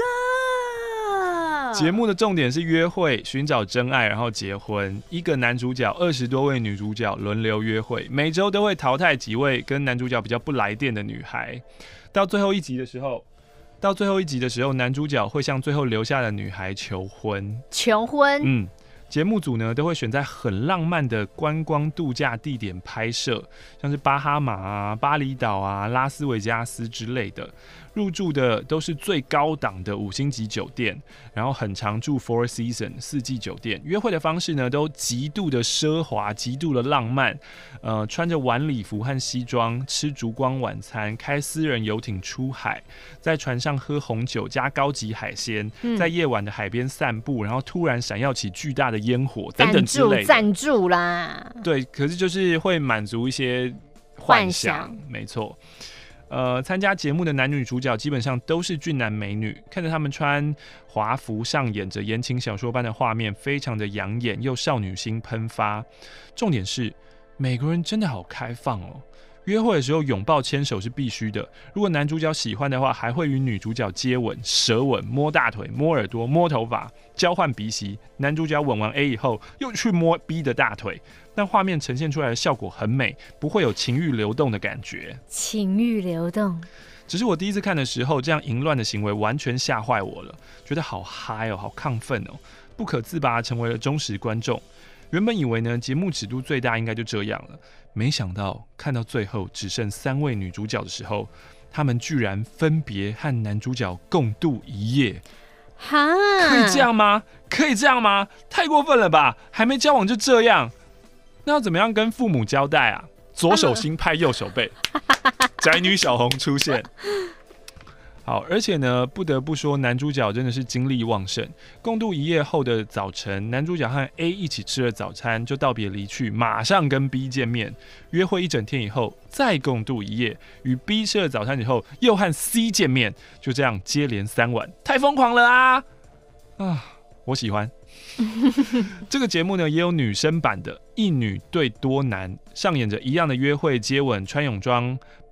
了。 节目的重点是约会、寻找真爱，然后结婚。一个男主角，二十多位女主角轮流约会，每周都会淘汰几位跟男主角比较不来电的女孩。到最后一集的时候。到最后一集的时候，男主角会向最后留下的女孩求婚。 求婚？ 嗯，节目组呢都会选在很浪漫的观光度假地点拍摄，像是巴哈马啊、巴厘岛啊、拉斯维加斯之类的。入住的都是最高档的五星级酒店，然后很常住 Four Seasons 四季酒店。约会的方式呢，都极度的奢华，极度的浪漫。呃，穿着晚礼服和西装，吃烛光晚餐，开私人游艇出海，在船上喝红酒加高级海鲜，嗯、在夜晚的海边散步，然后突然闪耀起巨大的烟火等等之类的。 赞助啦， 对，可是就是会满足一些幻想，幻想没错。呃，参加节目的男女主角基本上都是俊男美女，看着他们穿华服上演着言情小说般的画面，非常的养眼又少女心喷发。重点是，美国人真的好开放哦。约会的时候拥抱牵手是必须的，如果男主角喜欢的话，还会与女主角接吻、舌吻、摸大腿、摸耳朵、摸头发、交换鼻息。男主角吻完 A 以后，又去摸 B 的大腿，但画面呈现出来的效果很美，不会有情欲流动的感觉。 情欲流动， 只是我第一次看的时候，这样淫乱的行为完全吓坏我了，觉得好嗨哦，好亢奋哦，不可自拔成为了忠实观众。原本以为呢，节目尺度最大应该就这样了，没想到看到最后只剩三位女主角的时候，她们居然分别和男主角共度一夜。 哈， 可以这样吗？可以这样吗？太过分了吧！还没交往就这样，那要怎么样跟父母交代啊？左手心拍右手背，宅女小红出现。好，而且呢，不得不说，男主角真的是精力旺盛。共度一夜后的早晨，男主角和 A 一起吃了早餐，就道别离去，马上跟 B 见面。约会一整天以后，再共度一夜，与 B 吃了早餐以后，又和 C 见面，就这样接连三晚，太疯狂了啊！啊，我喜欢。这个节目呢，也有女生版的，一女对多男，上演着一样的约会、接吻、穿泳装、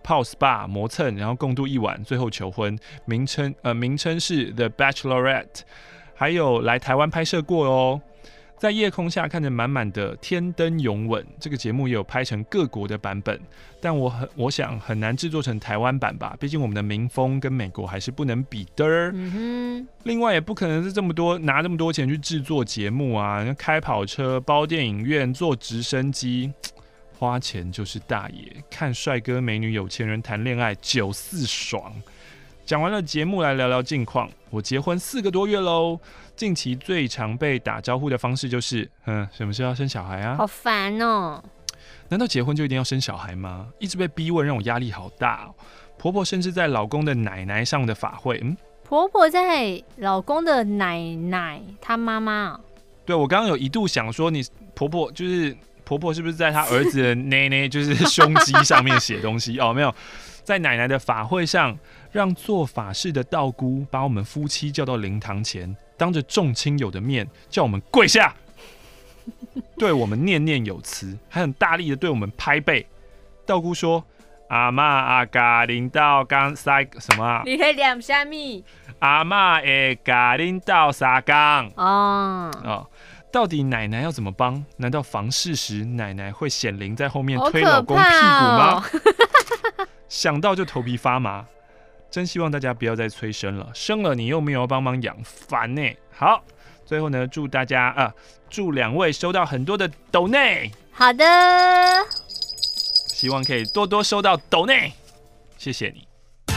泡 S P A 磨蹭，然后共度一晚，最后求婚。名称呃名称是 The Bachelorette， 还有来台湾拍摄过哦。在夜空下看着满满的天灯拥吻，这个节目也有拍成各国的版本，但我很我想很难制作成台湾版吧，毕竟我们的民风跟美国还是不能比的。嗯哼，另外也不可能是这么多拿这么多钱去制作节目啊，开跑车、包电影院、坐直升机，花钱就是大爷，看帅哥美女、有钱人谈恋爱，九四爽。讲完了节目，来聊聊近况。我结婚四个多月喽，近期最常被打招呼的方式就是，嗯，什么时候要生小孩啊？ 好烦哦！ 难道结婚就一定要生小孩吗？一直被逼问，让我压力好大哦。婆婆甚至在老公的奶奶上的法会，嗯， 婆婆在老公的奶奶，她妈妈。 对，我刚刚有一度想说，你婆婆就是婆婆是不是在她儿子的奶奶就是胸肌上面写东西？哦，没有。在奶奶的法会上，让做法事的道姑把我们夫妻叫到灵堂前，当着众亲友的面叫我们跪下，对我们念念有词，还很大力的对我们拍背。道姑说：“阿嬷阿家领导刚塞什么啊？ 你在念什么？ 阿嬷会家领导三缸哦哦。”到底奶奶要怎么帮？难道房事时奶奶会显灵在后面推老公屁股吗？想到就头皮发麻，真希望大家不要再催生了，生了你又没有帮忙养，烦呢。好，最后呢，祝大家啊，祝两位收到很多的抖内。 好的， 希望可以多多收到抖内，谢谢你。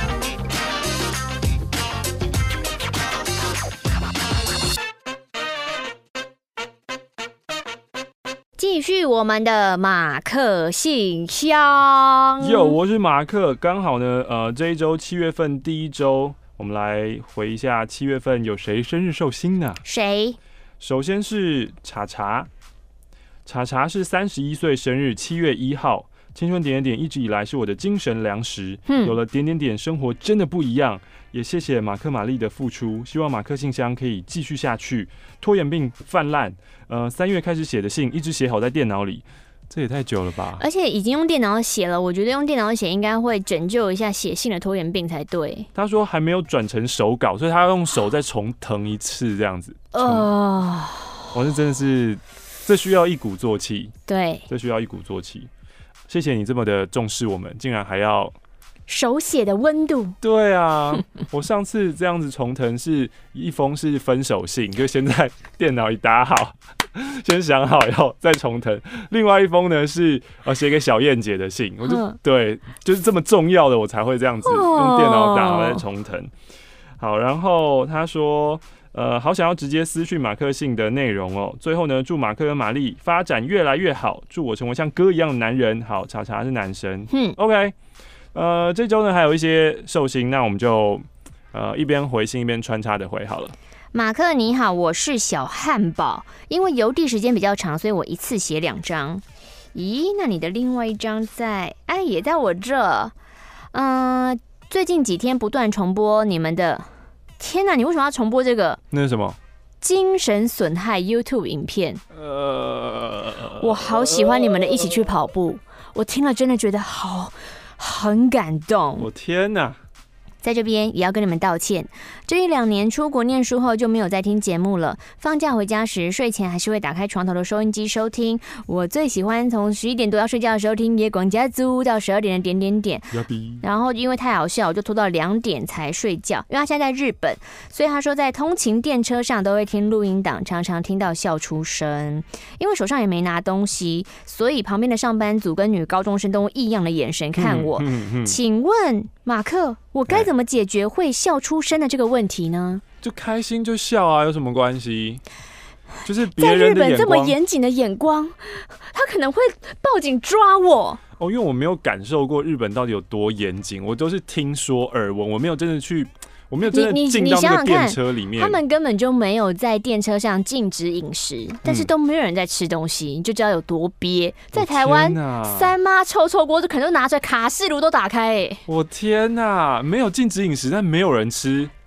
继续我们的马克信箱。 有，我是马克，刚好呢，呃，这一周七月份第一周，我们来回一下七月份有谁生日寿星呢？ 谁？ 首先是查查，查查是三十一岁生日，七月一号。青春点点点一直以来是我的精神粮食，嗯、有了点点点，生活真的不一样。也谢谢马克玛丽的付出，希望马克信箱可以继续下去。拖延病泛滥，呃，三月开始写的信，一直写好在电脑里，这也太久了吧？ 而且已经用电脑写了，我觉得用电脑写应该会拯救一下写信的拖延病才对。 他说还没有转成手稿，所以他要用手再重誊一次这样子。 哦， 我是真的是，这需要一鼓作气。 对， 这需要一鼓作气。谢谢你这么的重视我们，竟然还要手写的温度。 对啊，我上次这样子重誊是一封是分手信，就先在电脑里打好，先想好要再重誊。另外一封呢是呃写给小燕姐的信，我就、嗯、对，就是这么重要的我才会这样子用电脑打好再重誊。好，然后他说。呃，好想要直接私讯马克信的内容哦。最后呢，祝马克跟玛丽发展越来越好，祝我成为像哥一样的男人。好，查查是男生。嗯 ，OK。呃，这周呢还有一些寿星，那我们就呃一边回信一边穿插的回好了。 马克你好，我是小汉堡，因为邮递时间比较长，所以我一次写两张。咦，那你的另外一张在？哎，也在我这。嗯、呃，最近几天不断重播你们的。天哪！你为什么要重播这个？ 那是什么？ 精神损害 YouTube 影片。呃，我好喜欢你们的一起去跑步，我听了真的觉得好很感动。 我天哪！ 在这边也要跟你们道歉，这一两年出国念书后就没有再听节目了。放假回家时，睡前还是会打开床头的收音机收听。我最喜欢从十一点多要睡觉的时候听夜光家族到十二点的点点点。然后因为太好笑，我就拖到两点才睡觉。因为他现在在日本，所以他说在通勤电车上都会听录音档，常常听到笑出声。因为手上也没拿东西，所以旁边的上班族跟女高中生都用异样的眼神看我。嗯嗯嗯、请问马克，我该怎么解决会笑出声的这个问题呢？ 就开心就笑啊，有什么关系？就是别人的眼光， 在日本这么严谨的眼光，他可能会报警抓我。 哦，因为我没有感受过日本到底有多严谨，我都是听说耳闻，我没有真的去。我没有真的进到那个电车里面， 他们根本就没有在电车上禁止饮食，嗯、但是都没有人在吃东西，你就知道有多憋。在台湾，三妈臭臭锅就可能都拿着卡式炉都打开、欸。 我天哪，没有禁止饮食，但没有人吃。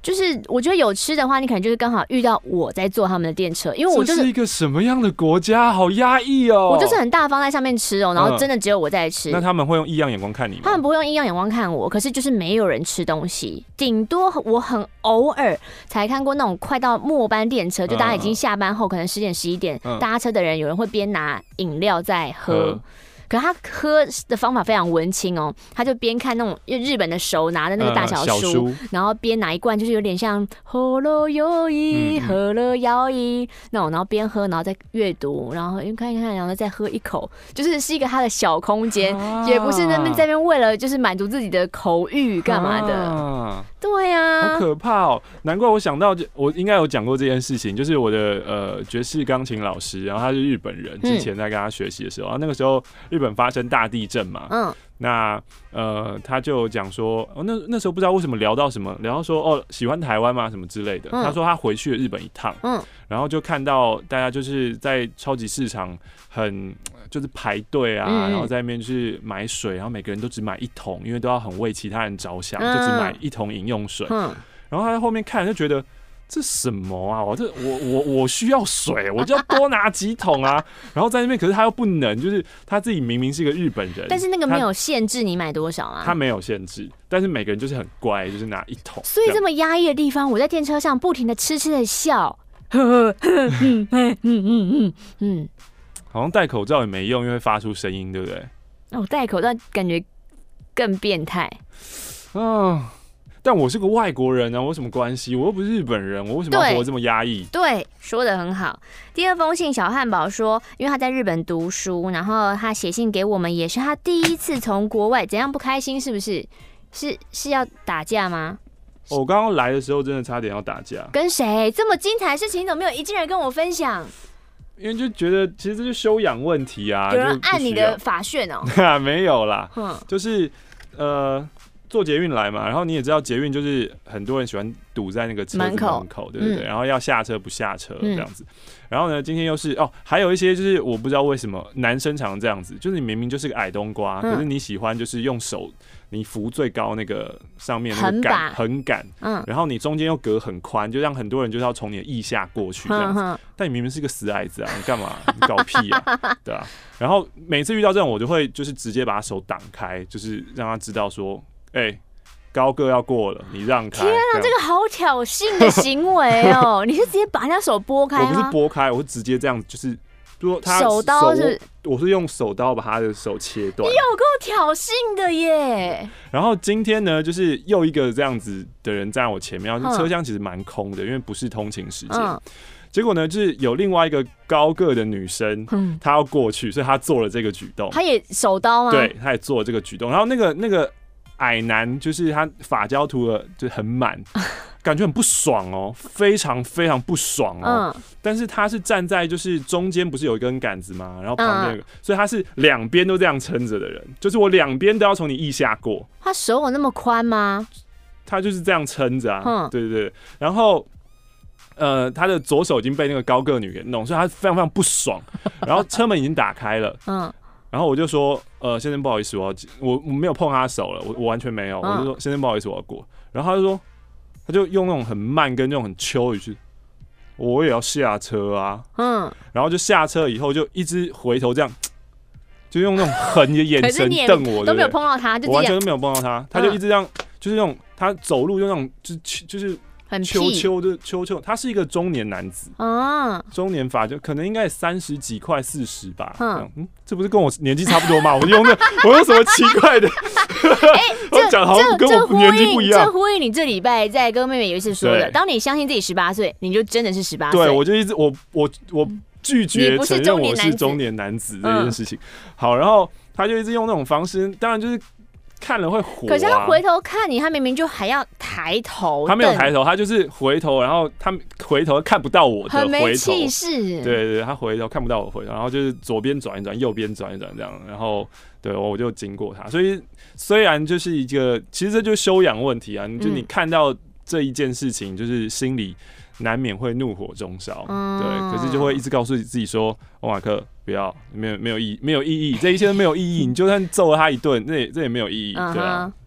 就是我觉得有吃的话，你可能就是刚好遇到我在坐他们的电车，因为我就是、 这是一个什么样的国家？好压抑哦！ 我就是很大方在上面吃哦，然后真的只有我在吃。 嗯、那他们会用异样眼光看你吗？ 他们不会用异样眼光看我，可是就是没有人吃东西，顶多我很偶尔才看过那种快到末班电车，就大家已经下班后，可能十点十一点、嗯、搭车的人，有人会边拿饮料在喝。嗯，可是他喝的方法非常文青哦，他就边看那种日本的手拿的那个大小 书,、嗯、小书然后边拿一罐，就是有点像喝了又一喝了又一那种，然后边喝然后再阅读，然后看一看，然后再喝一口，就是是一个他的小空间、啊，也不是那边在那边为了就是满足自己的口欲干嘛的。啊对啊， 好可怕哦！难怪我想到，我应该有讲过这件事情，就是我的呃爵士钢琴老师，然后他是日本人，之前在跟他学习的时候，然后那个时候日本发生大地震嘛，嗯，那呃他就讲说，哦、那那时候不知道为什么聊到什么，聊到说哦喜欢台湾吗什么之类的，嗯、他说他回去了日本一趟，嗯，然后就看到大家就是在超级市场很。就是排队啊、嗯，然后在那边就是买水，然后每个人都只买一桶，因为都要很为其他人着想，嗯、就只买一桶饮用水。嗯、然后他在后面看就觉得这什么啊？我这我我我需要水，我就要多拿几桶啊。然后在那边，可是他又不能，就是他自己明明是一个日本人， 但是那个没有限制你买多少啊？ 他没有限制，但是每个人就是很乖，就是拿一桶。 所以这么压抑的地方，我在电车上不停的痴痴的笑，呵呵，嗯嗯嗯嗯嗯。 好像戴口罩也没用，因为会发出声音，对不对？ 哦，戴口罩感觉更变态。 啊！但我是个外国人啊，我有什么关系？我又不是日本人，我为什么要活得这么压抑？ 对，说得很好。第二封信，小汉堡说，因为他在日本读书，然后他写信给我们，也是他第一次从国外，怎样不开心？是不是？是是要打架吗？ 哦、我刚刚来的时候真的差点要打架。 跟谁？这么精彩的事情，你怎么没有一进来跟我分享？ 因为就觉得其实这是修养问题啊， 有人按你的发旋哦、 喔，没有啦，就是呃坐捷运来嘛，然后你也知道捷运就是很多人喜欢堵在那个车子门口，门口对不对、嗯？然后要下车不下车这样子、嗯，然后呢，今天又是哦，还有一些就是我不知道为什么男生常这样子，就是你明明就是个矮冬瓜，嗯、可是你喜欢就是用手你扶最高那个上面那个杆横杆，嗯，然后你中间又隔很宽，就让很多人就是要从你的腋下过去这样子，嗯、但你明明是个死矮子啊，你干嘛？你搞屁啊，对啊。然后每次遇到这种，我就会就是直接把他手挡开，就是让他知道说，哎、欸。高个要过了，你让开！ 天啊，这个好挑衅的行为哦！你是直接把人家手拨开吗？ 我不是拨开，我是直接这样，就是说他手刀是，我是用手刀把他的手切断。 你有够挑衅的耶！ 然后今天呢，就是又一个这样子的人站在我前面，然后车厢其实蛮空的，因为不是通勤时间。嗯结果呢，就是有另外一个高个的女生，嗯、她要过去，所以她做了这个举动。 她也手刀吗？ 对，她也做了这个举动。然后那个那个矮男，就是他发胶涂的就很满，感觉很不爽哦，非常非常不爽哦。嗯、但是他是站在就是中间，不是有一根杆子吗？然后旁边、嗯，所以他是两边都这样撑着的人，就是我两边都要从你腋下过。 他手有那么宽吗？ 他就是这样撑着啊，嗯、对对对，然后。呃，他的左手已经被那个高个女给弄，所以他非常非常不爽。然后车门已经打开了，嗯，然后我就说，呃，先生不好意思，我要我我没有碰他的手了，我我完全没有，嗯、我就说先生不好意思，我要过。然后他就说，他就用那种很慢跟那种很秋语去，我也要下车啊，嗯，然后就下车以后就一直回头这样，就用那种狠的眼神瞪我， 都没有碰到他，就我完全都没有碰到他，他就一直这样，就是那种他走路就那种就就是。秋秋的秋秋，他是一个中年男子啊，中年发就可能应该三十几快四十吧，嗯, 嗯，这不是跟我年纪差不多吗？我用的我用什么奇怪的？哎、欸，我讲好像跟我年纪不一样。 这呼应你这礼拜在跟妹妹有一次说的，当你相信自己十八岁，你就真的是十八岁。 对，我就一直我我我拒绝承认我是中年男子这件事情。嗯、好，然后他就一直用那种方式，当然就是。看了会火、啊， 可是他回头看你，他明明就还要抬头。 他没有抬头，他就是回头，然后他回头看不到我的回头， 很没气势。 对 对, 对，他回头看不到我回头，然后就是左边转一转，右边转一转这样，然后对我就经过他。所以虽然就是一个，其实这就是修养问题啊，就你看到这一件事情，就是心里难免会怒火中烧，嗯、对，可是就会一直告诉自己说，欧马克。不要，没有没有意没有意义，这一切都没有意义。你就算揍了他一顿，这也这也没有意义，对啊。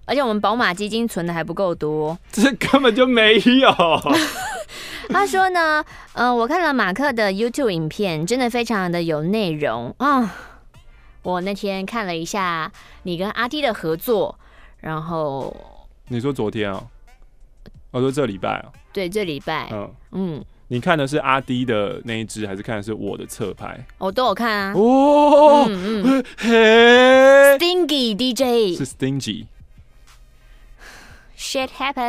而且我们宝马基金存的还不够多， 这根本就没有。 他说呢，嗯、呃，我看了马克的 YouTube 影片，真的非常的有内容啊。我那天看了一下你跟阿 T 的合作，然后你说昨天啊、喔？我说这礼拜啊、喔？对， 这礼拜。嗯嗯， 你看的是阿 D 的那一支，还是看的是我的侧拍？ 我都有看啊。 哦，嗯嗯，嘿 ，Stingy D J 是 Stingy。 Shit happens 。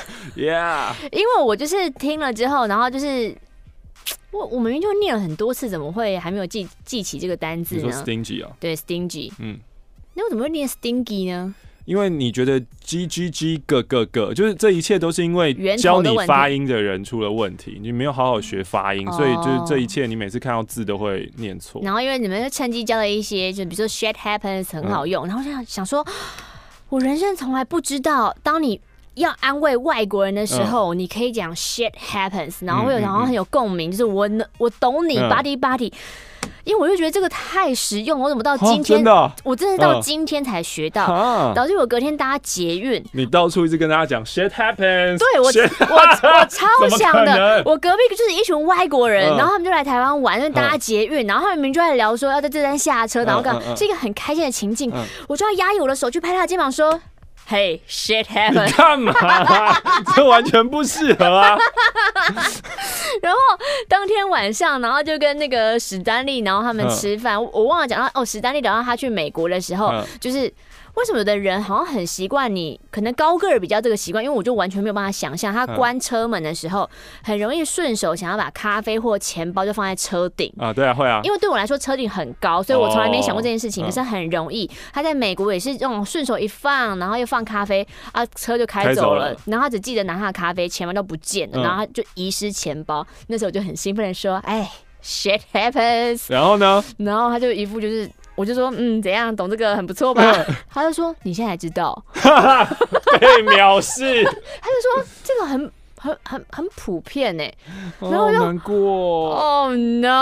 Yeah。 因为我就是听了之后，然后就是我我明明就念了很多次，怎么会还没有记记起这个单字呢？ 你说 Stingy 啊？ 对 ，Stingy。嗯，那我怎么会念 Stingy 呢？ 因为你觉得 G G G 个个个，就是这一切都是因为教你发音的人出了问题，你没有好好学发音，所以就是这一切你每次看到字都会念错。 然后因为你们就趁机教了一些，就比如说 shit happens 很好用，嗯、然后就想想说，我人生从来不知道，当你要安慰外国人的时候，嗯、你可以讲 shit happens， 然后会有然后很有共鸣，就是我我懂你 body body。因为我就觉得这个太实用了，我怎么到今天， 真的我真的到今天才学到，嗯、导致我隔天搭捷运， 你到处一直跟大家讲 shit happens， 对我我我超想的，我隔壁就是一群外国人，嗯、然后他们就来台湾玩，就搭捷运，嗯、然后他们明明就在聊说要在这站下车，然后干嘛，嗯嗯嗯、是一个很开心的情境，嗯、我就要压抑我的手去拍他的肩膀说。Hey, shit happens！ 你干嘛、啊？这完全不适合啊！ 然后当天晚上，然后就跟那个史丹利，然后他们吃饭。嗯、我忘了讲到哦，史丹利聊到他去美国的时候，嗯、就是为什么有的人好像很习惯你，可能高个儿比较这个习惯，因为我就完全没有办法想象，他关车门的时候，很容易顺手想要把咖啡或钱包就放在车顶啊，对啊，会啊。 因为对我来说车顶很高，所以我从来没想过这件事情，哦、可是很容易。他在美国也是这种顺手一放，然后又放咖啡啊，车就开走了，然后他只记得拿他的咖啡，钱包都不见了，嗯、然后他就遗失钱包。那时候我就很兴奋的说：“哎 ，shit happens。” 然后呢？ 然后他就一副就是。我就说，嗯，怎样，懂这个很不错吧？他就说，你现在才知道， 被藐视。 他就说，这个很很很很普遍哎， 然后又难过。 Oh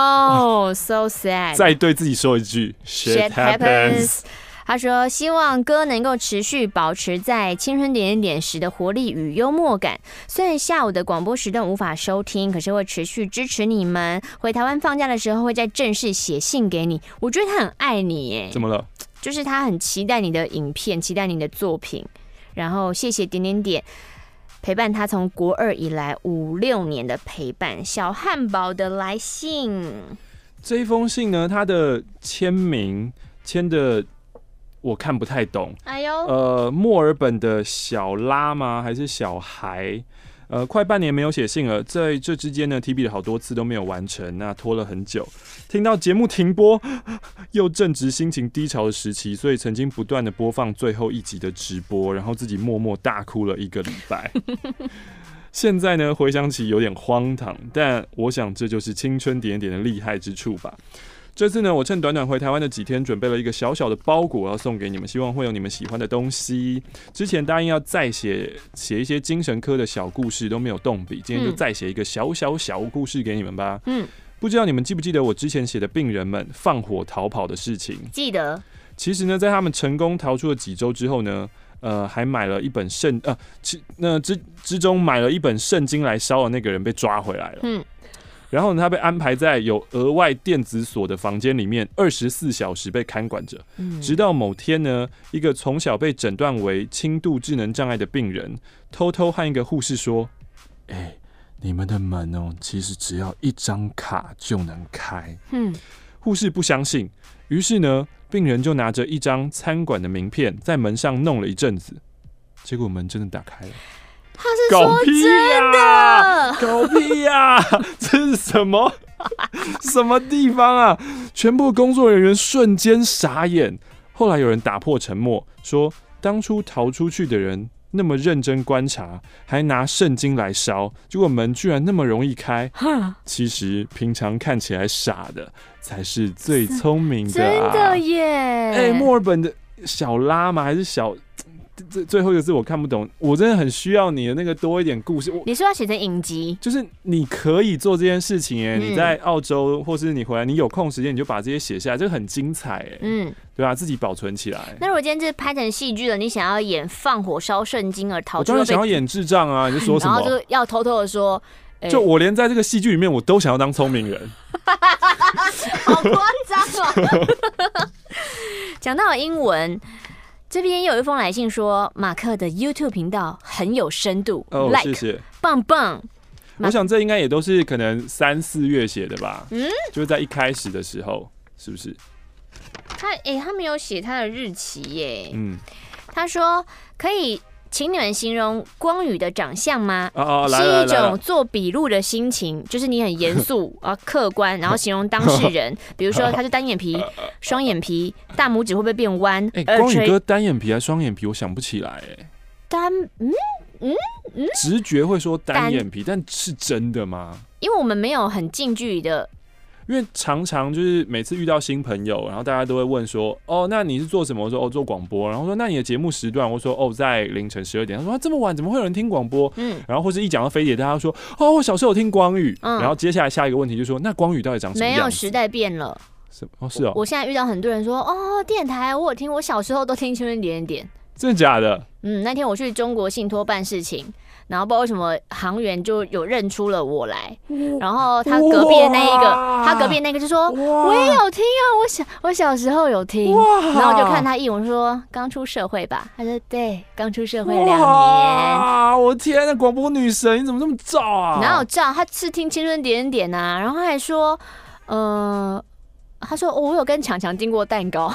no, so sad。 再对自己说一句 ，shit happens。 他说：“希望歌能够持续保持在青春点点点时的活力与幽默感。虽然下午的广播时段无法收听，可是会持续支持你们。回台湾放假的时候，会再正式写信给你。我觉得他很爱你耶。 怎么了？ 就是他很期待你的影片，期待你的作品。然后谢谢点点点陪伴他从国二以来五六年的陪伴。小汉堡的来信， 这一封信呢，他的签名签的。”我看不太懂， 哎呦， 呃，墨尔本的小拉吗？还是小孩？呃，快半年没有写信了，在这之间呢 ，T B 了好多次都没有完成，那拖了很久。听到节目停播，又正值心情低潮的时期，所以曾经不断的播放最后一集的直播，然后自己默默大哭了一个礼拜。现在呢，回想起有点荒唐，但我想这就是青春点点的厉害之处吧。这次呢，我趁短短回台湾的几天，准备了一个小小的包裹要送给你们，希望会有你们喜欢的东西。之前答应要再写写一些精神科的小故事，都没有动笔，今天就再写一个小小小故事给你们吧。嗯，不知道你们记不记得我之前写的病人们放火逃跑的事情？ 记得。 其实呢，在他们成功逃出了几周之后呢，呃，还买了一本圣呃，那之之中买了一本圣经来烧的那个人被抓回来了。嗯。然后呢，他被安排在有额外电子锁的房间里面，二十四小时被看管着。嗯、直到某天呢，一个从小被诊断为轻度智能障碍的病人，偷偷和一个护士说：“哎、欸，你们的门哦，其实只要一张卡就能开。”嗯，护士不相信，于是呢，病人就拿着一张餐馆的名片，在门上弄了一阵子，结果门真的打开了。 他是说真的， 搞屁呀、啊！这是什么什么地方啊？全部工作人员瞬间傻眼。后来有人打破沉默，说当初逃出去的人那么认真观察，还拿圣经来烧，结果门居然那么容易开。其实平常看起来傻的才是最聪明的、啊， 真的耶！ 哎、欸，墨尔本的小拉吗？还是小？ 这最后一个字我看不懂，我真的很需要你的那个多一点故事。 你说要写成影集， 就是你可以做这件事情哎、欸，嗯、你在澳洲或是你回来，你有空时间你就把这些写下来，这个很精彩哎、欸，嗯，对吧、啊？自己保存起来。 那如果今天这拍成戏剧了，你想要演放火烧圣经而逃出， 我当然想要演智障啊！你就说什么？ 然后就要偷偷的说。 就我连在这个戏剧里面，我都想要当聪明人， 好夸张哦！讲到英文，这边有一封来信说，马克的 YouTube 频道很有深度， 哦， like, 谢谢， 棒棒。 我想这应该也都是可能三四月写的吧，嗯，就是在一开始的时候，是不是？ 他哎、欸，他没有写他的日期耶，嗯，他说可以。请你们形容光宇的长相吗？ 哦哦、 是一种做笔录的心情，就是你很严肃啊、客观，然后形容当事人。比如说他是单眼皮、双眼皮，大拇指会不会变弯？ 哎、欸，光宇哥单眼皮还是双眼皮？我想不起来哎、欸。 单嗯嗯嗯， 直觉会说单眼皮，但是真的吗？ 因为我们没有很近距离的。 因为常常就是每次遇到新朋友，然后大家都会问说，哦，那你是做什么？我说哦，做广播。然后说那你的节目时段？我说哦，在凌晨十二点。他说、啊、这么晚怎么会有人听广播？嗯，然后或是一讲到飞碟，大家说哦，我小时候有听光宇。嗯，然后接下来下一个问题就是说，那光宇到底长什么样子？ 没有，时代变了。 是哦，是哦。 我现在遇到很多人说，哦，电台我有听，我小时候都听《青春点点点》。 真的假的？ 嗯，那天我去中国信托办事情。然后不知道为什么航员就有认出了我来，然后他隔壁的那一个，他隔壁那个就说我也有听啊，我小我小时候有听，然后我就看他一眼，我说刚出社会吧，他说对，刚出社会两年。 啊，我天哪，广播女神你怎么这么燥啊？ 哪有燥？他是听青春点点点啊，然后他还说，呃，他说、哦、我有跟强强订过蛋糕。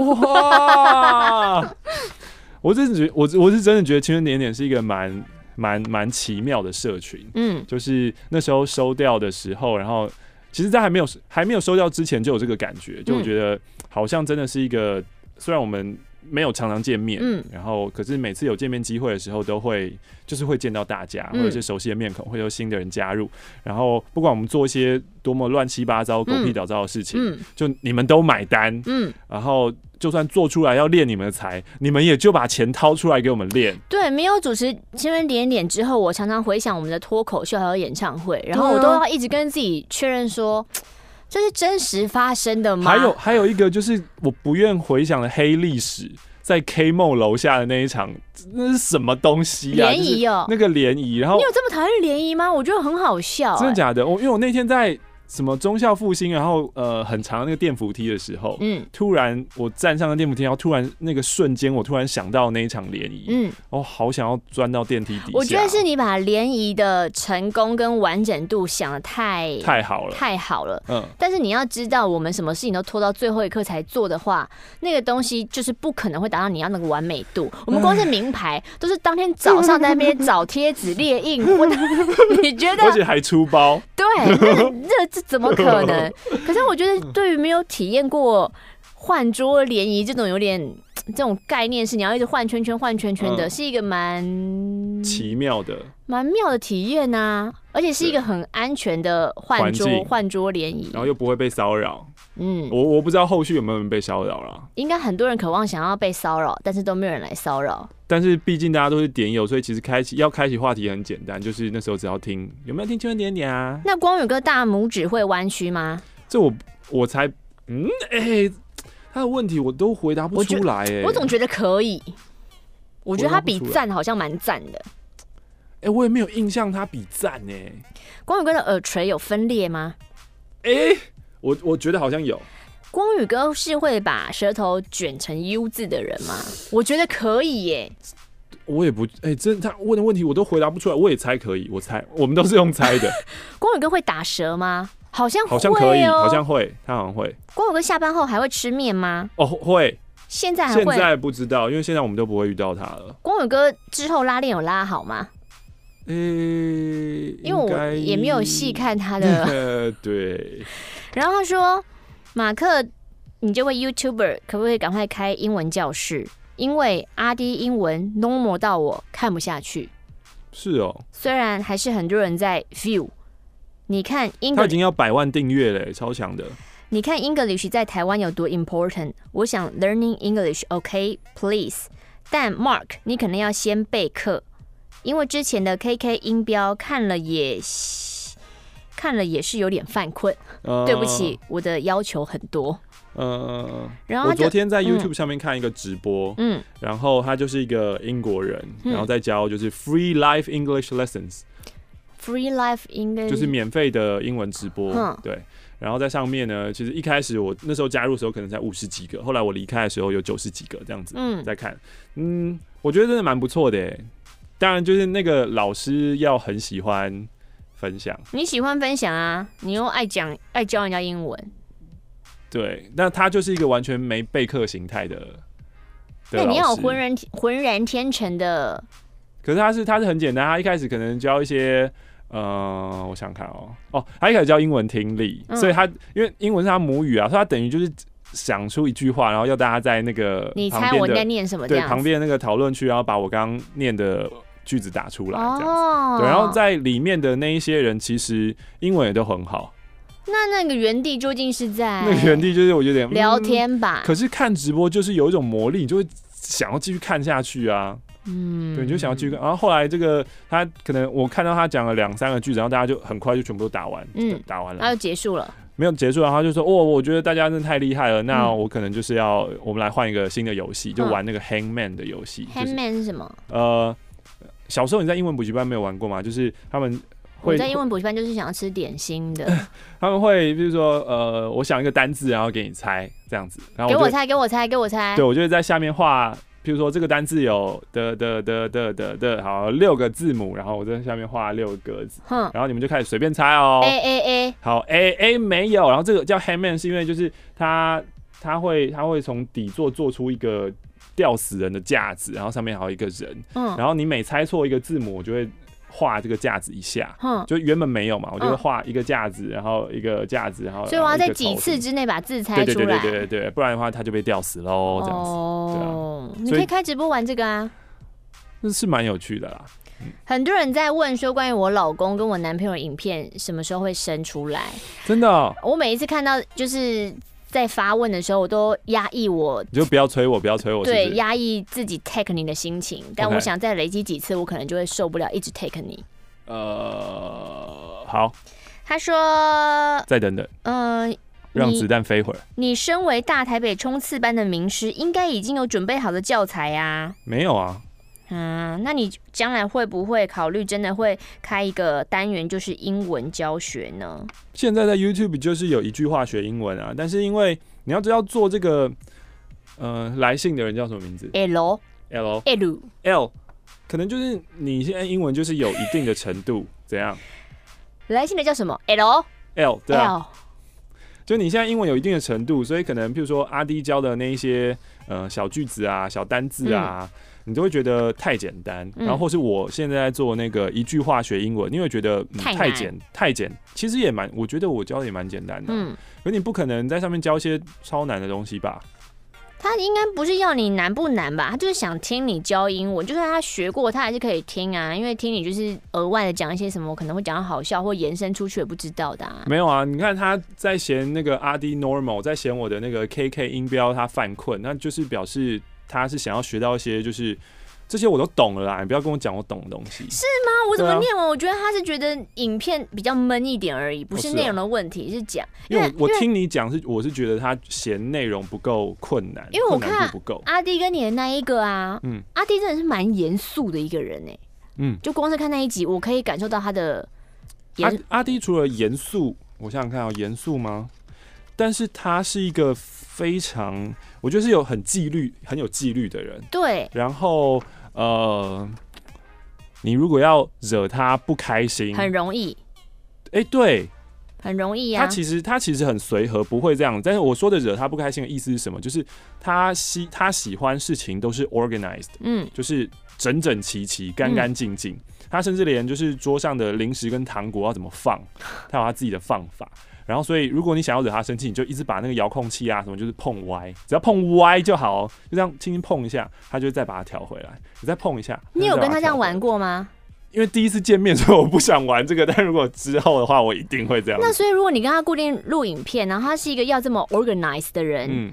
哇！我真的觉得，我我是真的觉得青春点点是一个蛮。蛮蛮奇妙的社群，嗯，就是那时候收掉的时候，然后其实，在还没有还没有收掉之前就有这个感觉，就我觉得好像真的是一个，虽然我们没有常常见面，嗯，然后可是每次有见面机会的时候，都会就是会见到大家，或者是熟悉的面孔，会有新的人加入，然后不管我们做一些多么乱七八糟、狗屁倒灶的事情，嗯，就你们都买单，嗯，然后。就算做出来要练你们的才，你们也就把钱掏出来给我们练。 对，没有主持《青春点点》之后，我常常回想我们的脱口秀还有演唱会，然后我都要一直跟自己确认说，这是真实发生的吗？ 还有还有一个就是我不愿回想的黑历史，在 K 梦楼下的那一场，那是什么东西啊？ 联谊哦， 那个联谊，然后你有这么讨厌联谊吗？我觉得很好笑、欸， 真的假的？我因为我那天在。什么忠孝复兴，然后呃很长的那个电扶梯的时候，嗯，突然我站上了电扶梯，然后突然那个瞬间，我突然想到那一场联谊，嗯，我好想要钻到电梯底下。 我觉得是你把联谊的成功跟完整度想得太太好了， 太好了，嗯。但是你要知道，我们什么事情都拖到最后一刻才做的话，那个东西就是不可能会达到你要那个完美度。我们光是名牌都是当天早上在那边找贴纸列印，我你觉得？ 而且还出包， 对，这这。怎么可能？可是我觉得，对于没有体验过换桌联谊这种有点这种概念，是你要一直换圈圈、换圈圈的，嗯、是一个蛮奇妙的、 蛮妙的体验啊！而且是一个很安全的换桌换桌联谊， 然后又不会被骚扰。嗯，我我不知道后续有没有人被骚扰啦。 应该很多人渴望想要被骚扰，但是都没有人来骚扰。 但是毕竟大家都是点友，所以其实开启要开启话题很简单，就是那时候只要听有没有听青春点点啊？ 那光宇哥大拇指会弯曲吗？ 这我我才嗯哎、欸，他的问题我都回答不出来哎、欸， 我总觉得可以，我觉得他比赞好像蛮赞的。 哎、欸，我也没有印象他比赞哎、欸。 光宇哥的耳垂有分裂吗？ 哎、欸，我我觉得好像有。 光宇哥是会把舌头卷成 U 字的人吗？我觉得可以耶。 我也不，哎、欸，真他问的问题我都回答不出来，我也猜可以，我猜，我们都是用猜的。 光宇哥会打舌吗？好像会、喔、 好像可以，好像会，他好像会。 光宇哥下班后还会吃面吗？ 哦，会。 现在还会？ 现在不知道，因为现在我们都不会遇到他了。 光宇哥之后拉链有拉好吗？ 呃、欸， 因为我也没有细看他的。 呃，对。 然后他说。马克，你这位 YouTuber 可不可以赶快开英文教室？因为阿滴英文 normal 到我看不下去。 是哦， 虽然还是很多人在 view， 你看英他已经要百万订阅了，超强的。 你看 English 在台湾有多 important？ 我想 learning English，OK，、okay? please。 但 Mark 你可能要先备课，因为之前的 K K 音标看了也看了也是有点犯困。呃、对不起，我的要求很多。 呃，然后我昨天在 YouTube 上面看一个直播，嗯，然后他就是一个英国人，嗯、然后在教就是 Free Live English Lessons。Free Live English 就是免费的英文直播，嗯、对。然后在上面呢，其实一开始我那时候加入的时候可能才五十几个，后来我离开的时候有九十几个这样子，嗯，在看，嗯，我觉得真的蛮不错的耶。当然就是那个老师要很喜欢分享， 你喜欢分享啊，你又爱讲爱教人家英文。 对，那他就是一个完全没备课形态的， 那你要有浑然浑然天成的。 可是他是他是很简单，他一开始可能教一些，呃，我想想看哦，哦，他一开始教英文听力，嗯、所以他因为英文是他母语啊，所以他等于就是想出一句话，然后要大家在那个你猜我在念什么？ 对，旁边那个讨论区，然后把我刚刚念的句子打出来，这样子。哦、对，然后在里面的那一些人，其实英文也都很好。 那那个原地究竟是在？ 那个原地就是我有点聊天吧、嗯。 可是看直播就是有一种魔力，你就会想要继续看下去啊。嗯，对，你就想要继续看。然后后来这个他可能我看到他讲了两三个句子，然后大家就很快就全部都打完，嗯，打完了， 然后就结束了。 没有结束，然后他就说：“哦，我觉得大家真的太厉害了，那我可能就是要我们来换一个新的游戏，就玩那个 Hangman 的游戏。 嗯就是、Hangman 是什么？ 呃，小时候你在英文补习班没有玩过吗？就是他们。” 我在英文补习班就是想要吃点心的， 他们会比如说呃，我想一个单字，然后给你猜这样子，然后给我猜，给我猜，给我猜。 对，我就会在下面画，譬如说这个单字有的的的的的的，好六个字母，然后我在下面画六个格子，然后你们就开始随便猜哦。 A A A， 好 A A 没有，然后这个叫 Hangman 是因为就是他他会他会从底座做出一个吊死人的架子，然后上面还有一个人，嗯，然后你每猜错一个字母，我就会。画这个架子一下，嗯，就原本没有嘛，我就会画一个架子，然后一个架子，然后所以我要在几次之内把字猜出来， 对对对对对对，不然的话他就被吊死喽，这样子。 哦，对啊，你可以开直播玩这个啊， 那是蛮有趣的啦。 很多人在问说，关于我老公跟我男朋友的影片什么时候会生出来？ 真的、哦， 我每一次看到就是在发问的时候，我都压抑我， 你就不要催我，不要催我是不是， 对，压抑自己 take 你的心情。但我想再累积几次，我可能就会受不了，一直 take 你。 呃，好。 他说， 再等等，嗯、呃，让子弹飞会儿。 你身为大台北冲刺班的名师，应该已经有准备好的教材啊？ 没有啊。 嗯，那你将来会不会考虑真的会开一个单元，就是英文教学呢？ 现在在 YouTube 就是有一句话学英文啊，但是因为你要知道做这个，呃，来信的人叫什么名字 ？L L L L， 可能就是你现在英文就是有一定的程度，怎样？ 来信的叫什么 ？L L 对啊。就你现在英文有一定的程度，所以可能譬如说阿滴教的那一些呃小句子啊、小单字啊。嗯，你都会觉得太简单，嗯、然后或是我现在在做那个一句话学英文，你会觉得、嗯、太简太简，其实也蛮，我觉得我教的也蛮简单的，嗯，可你不可能在上面教一些超难的东西吧？ 他应该不是要你难不难吧？他就是想听你教英文，就算他学过，他还是可以听啊，因为听你就是额外的讲一些什么，可能会讲到好笑或延伸出去也不知道的啊。 没有啊，你看他在嫌那个阿 D normal， 在嫌我的那个 K K 音标他犯困，那就是表示。他是想要学到一些，就是这些我都懂了啦，你不要跟我讲我懂的东西。 是吗？我怎么念完？啊、我觉得他是觉得影片比较闷一点而已，不是内容的问题，哦、是讲。 因为我听你讲是，我是觉得他嫌内容不够困难， 因为我看不够。 阿弟跟你的那一个啊，嗯，阿弟真的是蛮严肃的一个人哎、欸，嗯，就光是看那一集，我可以感受到他的。 阿阿弟除了严肃，我想想看啊、喔，严肃吗？但是他是一个非常，我觉得是有很纪律、很有纪律的人。 对。 然后呃，你如果要惹他不开心， 很容易。 哎、欸，对， 很容易啊。 他其实他其实很随和，不会这样。但是我说的惹他不开心的意思是什么？就是他喜他喜欢事情都是 organized， 嗯，就是整整齐齐、干干净净。嗯、他甚至连就是桌上的零食跟糖果要怎么放，他有他自己的放法。然后，所以如果你想要惹他生气，你就一直把那个遥控器啊什么，就是碰歪，只要碰歪就好，就这样轻轻碰一下，他就再把它调回来。你再碰一下， 你有跟他这样玩过吗？ 因为第一次见面，所以我不想玩这个。但如果之后的话，我一定会这样。 那所以，如果你跟他固定录影片，然后他是一个要这么 organized 的人，嗯，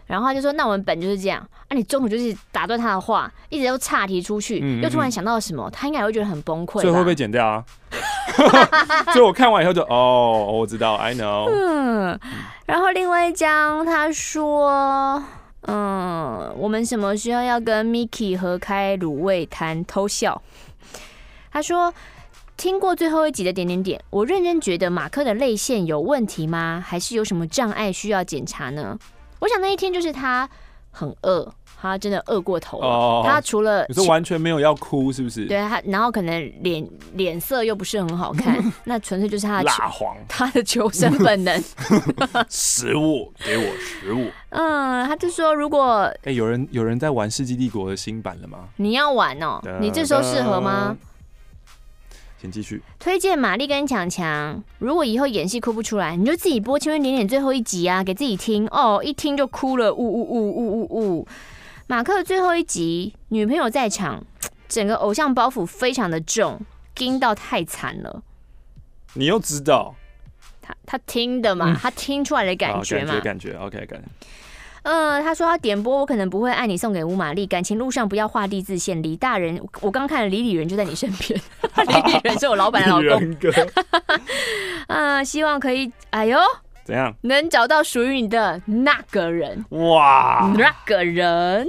然后他就说：“那我们本就是这样啊，你中途就是打断他的话，一直都岔题出去，嗯嗯嗯又突然想到了什么，他应该也会觉得很崩溃。”所以会不会剪掉啊？所以我看完以后就哦，我知道 ，I know。 嗯，然后另外一张他说：“嗯，我们什么时候要跟 Miki 合开卤味摊偷笑？”他说。听过最后一集的点点点，我认真觉得马克的泪腺有问题吗？还是有什么障碍需要检查呢？我想那一天就是他很饿，他真的饿过头了。哦、他除了你说完全没有要哭，是不是？ 对他，然后可能脸脸色又不是很好看，那纯粹就是他的蜡黄， 他的求生本能。 食物，给我食物。 嗯，他就说如果哎、欸，有人有人在玩《世纪帝国》的新版了吗？ 你要玩哦、喔，你这时候适合吗？ 请继续推荐玛丽跟强强。如果以后演戏哭不出来，你就自己播《青春点点》最后一集啊，给自己听哦，一听就哭了，呜呜呜呜呜呜。马克最后一集，女朋友在场，整个偶像包袱非常的重，惊到太惨了。 你又知道？ 他他听的嘛，嗯、他听出来的感觉嘛， 感觉感觉 OK 感觉。 嗯，他说他点播，我可能不会爱你送给吴玛丽。感情路上不要画地自限。李大人，我刚看了李李人就在你身边，李李人是我老板的老公。嗯，希望可以，哎呦， 怎样？ 能找到属于你的那个人。 哇， 那个人。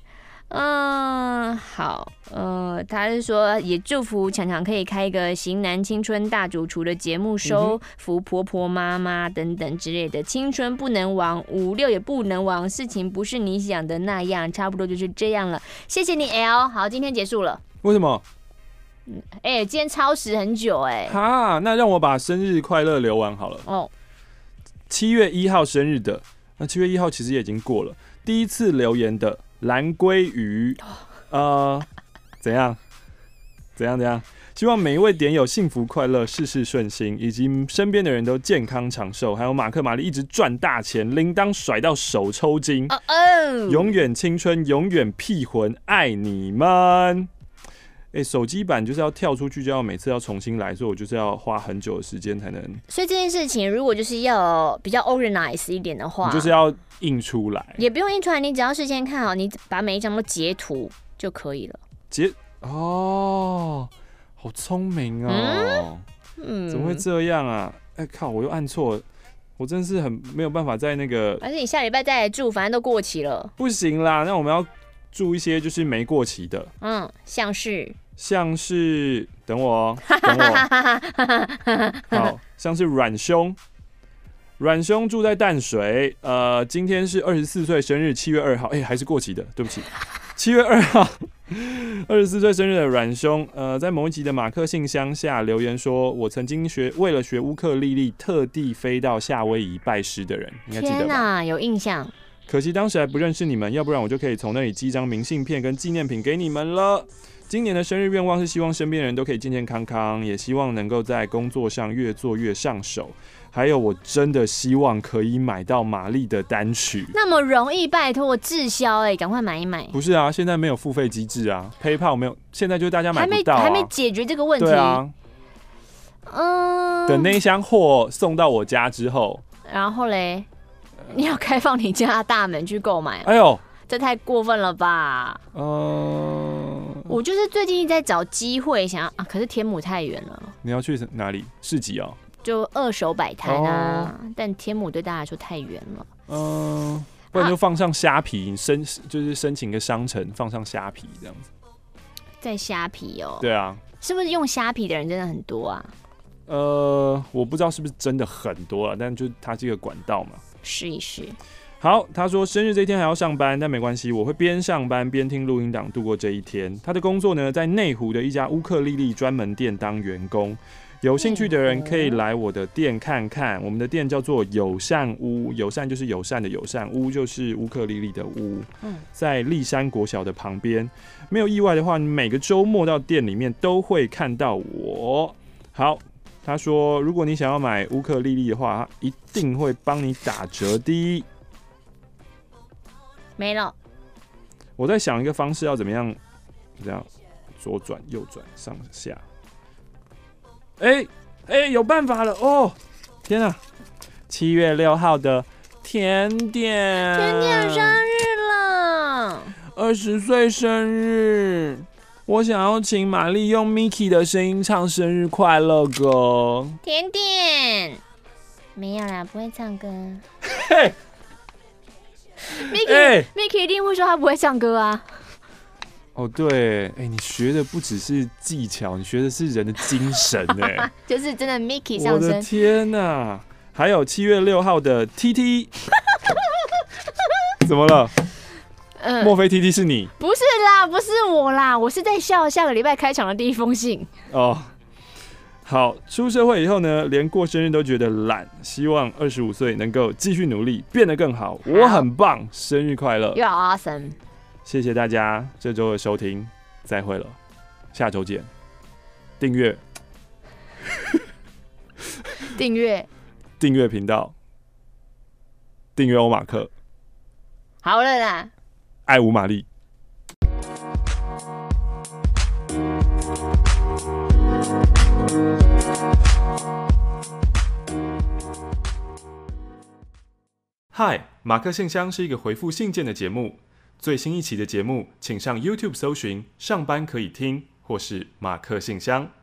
嗯，好，呃，他是说也祝福强强可以开一个型男青春大主厨的节目，收服婆婆妈妈等等之类的。青春不能亡，五六也不能亡，事情不是你想的那样，差不多就是这样了。谢谢你 L， 好，今天结束了。 为什么？ 嗯，哎、欸，今天超时很久哎、欸。 哈，那让我把生日快乐留完好了。哦，七月一号生日的，那七月一号其实也已经过了。第一次留言的。蓝鲑鱼，呃，怎样？怎样？怎样？希望每一位点友幸福快乐，事事顺心，以及身边的人都健康长寿，还有马克玛丽一直赚大钱，铃铛甩到手抽筋，哦哦永远青春，永远屁魂，爱你们！哎、欸，手机版就是要跳出去，就要每次要重新来，所以我就是要花很久的时间才能。 所以这件事情，如果就是要比较 organize 一点的话， 你就是要印出来， 也不用印出来，你只要事先看好，你把每一张都截图就可以了。 截哦，好聪明哦！嗯，怎么会这样啊？哎、欸、靠，我又按错了，我真是很没有办法在那个。 而且你下礼拜再来住，反正都过期了。 不行啦，那我们要住一些就是没过期的。 嗯，像是。 像是等我哦，等我，好像是阮兄，阮兄住在淡水，呃，今天是二十四岁生日，七月二号，哎、欸，还是过期的，对不起，七月二号，二十四岁生日的阮兄，呃，在某一集的马克信箱下留言说，我曾经学为了学乌克丽丽，特地飞到夏威夷拜师的人，应该记得吧？ 天哪，有印象。 可惜当时还不认识你们，要不然我就可以从那里寄张明信片跟纪念品给你们了。今年的生日愿望是希望身边人都可以健健康康，也希望能够在工作上越做越上手。还有，我真的希望可以买到玛丽的单曲。 那么容易，拜托我滞销哎，赶快买一买。 不是啊，现在没有付费机制啊 ，PayPal 没有，现在就大家买不到、啊， 还没还没解决这个问题。 对啊， 嗯， 等那一箱货送到我家之后， 然后嘞，你要开放你家的大门去购买、啊。 哎呦！ 这太过分了吧！嗯、呃，我就是最近在找機會，想要啊，可是天母太遠了。 你要去哪里？市集哦？ 就二手摆摊啊、哦，但天母对大家来說太遠了。 嗯、呃，不然就放上蝦皮，你申就是申請個商城，放上蝦皮這樣子。 在蝦皮哦？ 對啊。 是不是用蝦皮的人真的很多啊？ 呃，我不知道是不是真的很多啊，但就它這個管道嘛。 試一試。 好，他說生日這一天還要上班，但沒關係，我會邊上班邊聽錄音檔度過這一天。他的工作呢，在內湖的一家烏克麗麗專門店當員工。有興趣的人可以來我的店看看，我們的店叫做友善屋，友善就是友善的友善，屋就是烏克麗麗的屋，在立山國小的旁邊。沒有意外的話，你每個週末到店裡面都會看到我。好，他說如果你想要買烏克麗麗的話，他一定會幫你打折的。 沒了。 我在想一個方式要怎麼樣，這樣左轉右轉上下。哎、欸、哎、欸，有辦法了哦！天啊，七月六號的甜点， 甜点生日了， 二十岁生日，我想要请玛丽用 Mickey 的声音唱生日快乐歌。 甜点没有啦，不会唱歌。 嘿 Mickey、 欸、 Mickey 一定会说他不会唱歌啊。 哦，对，哎、欸，你学的不只是技巧，你学的是人的精神哎， 就是真的 Mickey 上身。 我的天哪、啊！还有七月六号的 T T， 怎么了？嗯，莫非 T T 是你？ 不是啦，不是我啦，我是在笑下个礼拜开场的第一封信。 哦，好，出社会以后呢，连过生日都觉得懒，希望二十五岁能够继续努力，变得更好。我很棒，生日快乐 ！You're awesome。 谢谢大家这周的收听，再会了，下周见。订阅， 订阅， 订阅频道，订阅欧马克。 好了啦， 爱无玛丽。嗨，马克信箱是一个回复信件的节目。最新一期的节目，请上 YouTube 搜寻"上班可以听"或是"马克信箱"。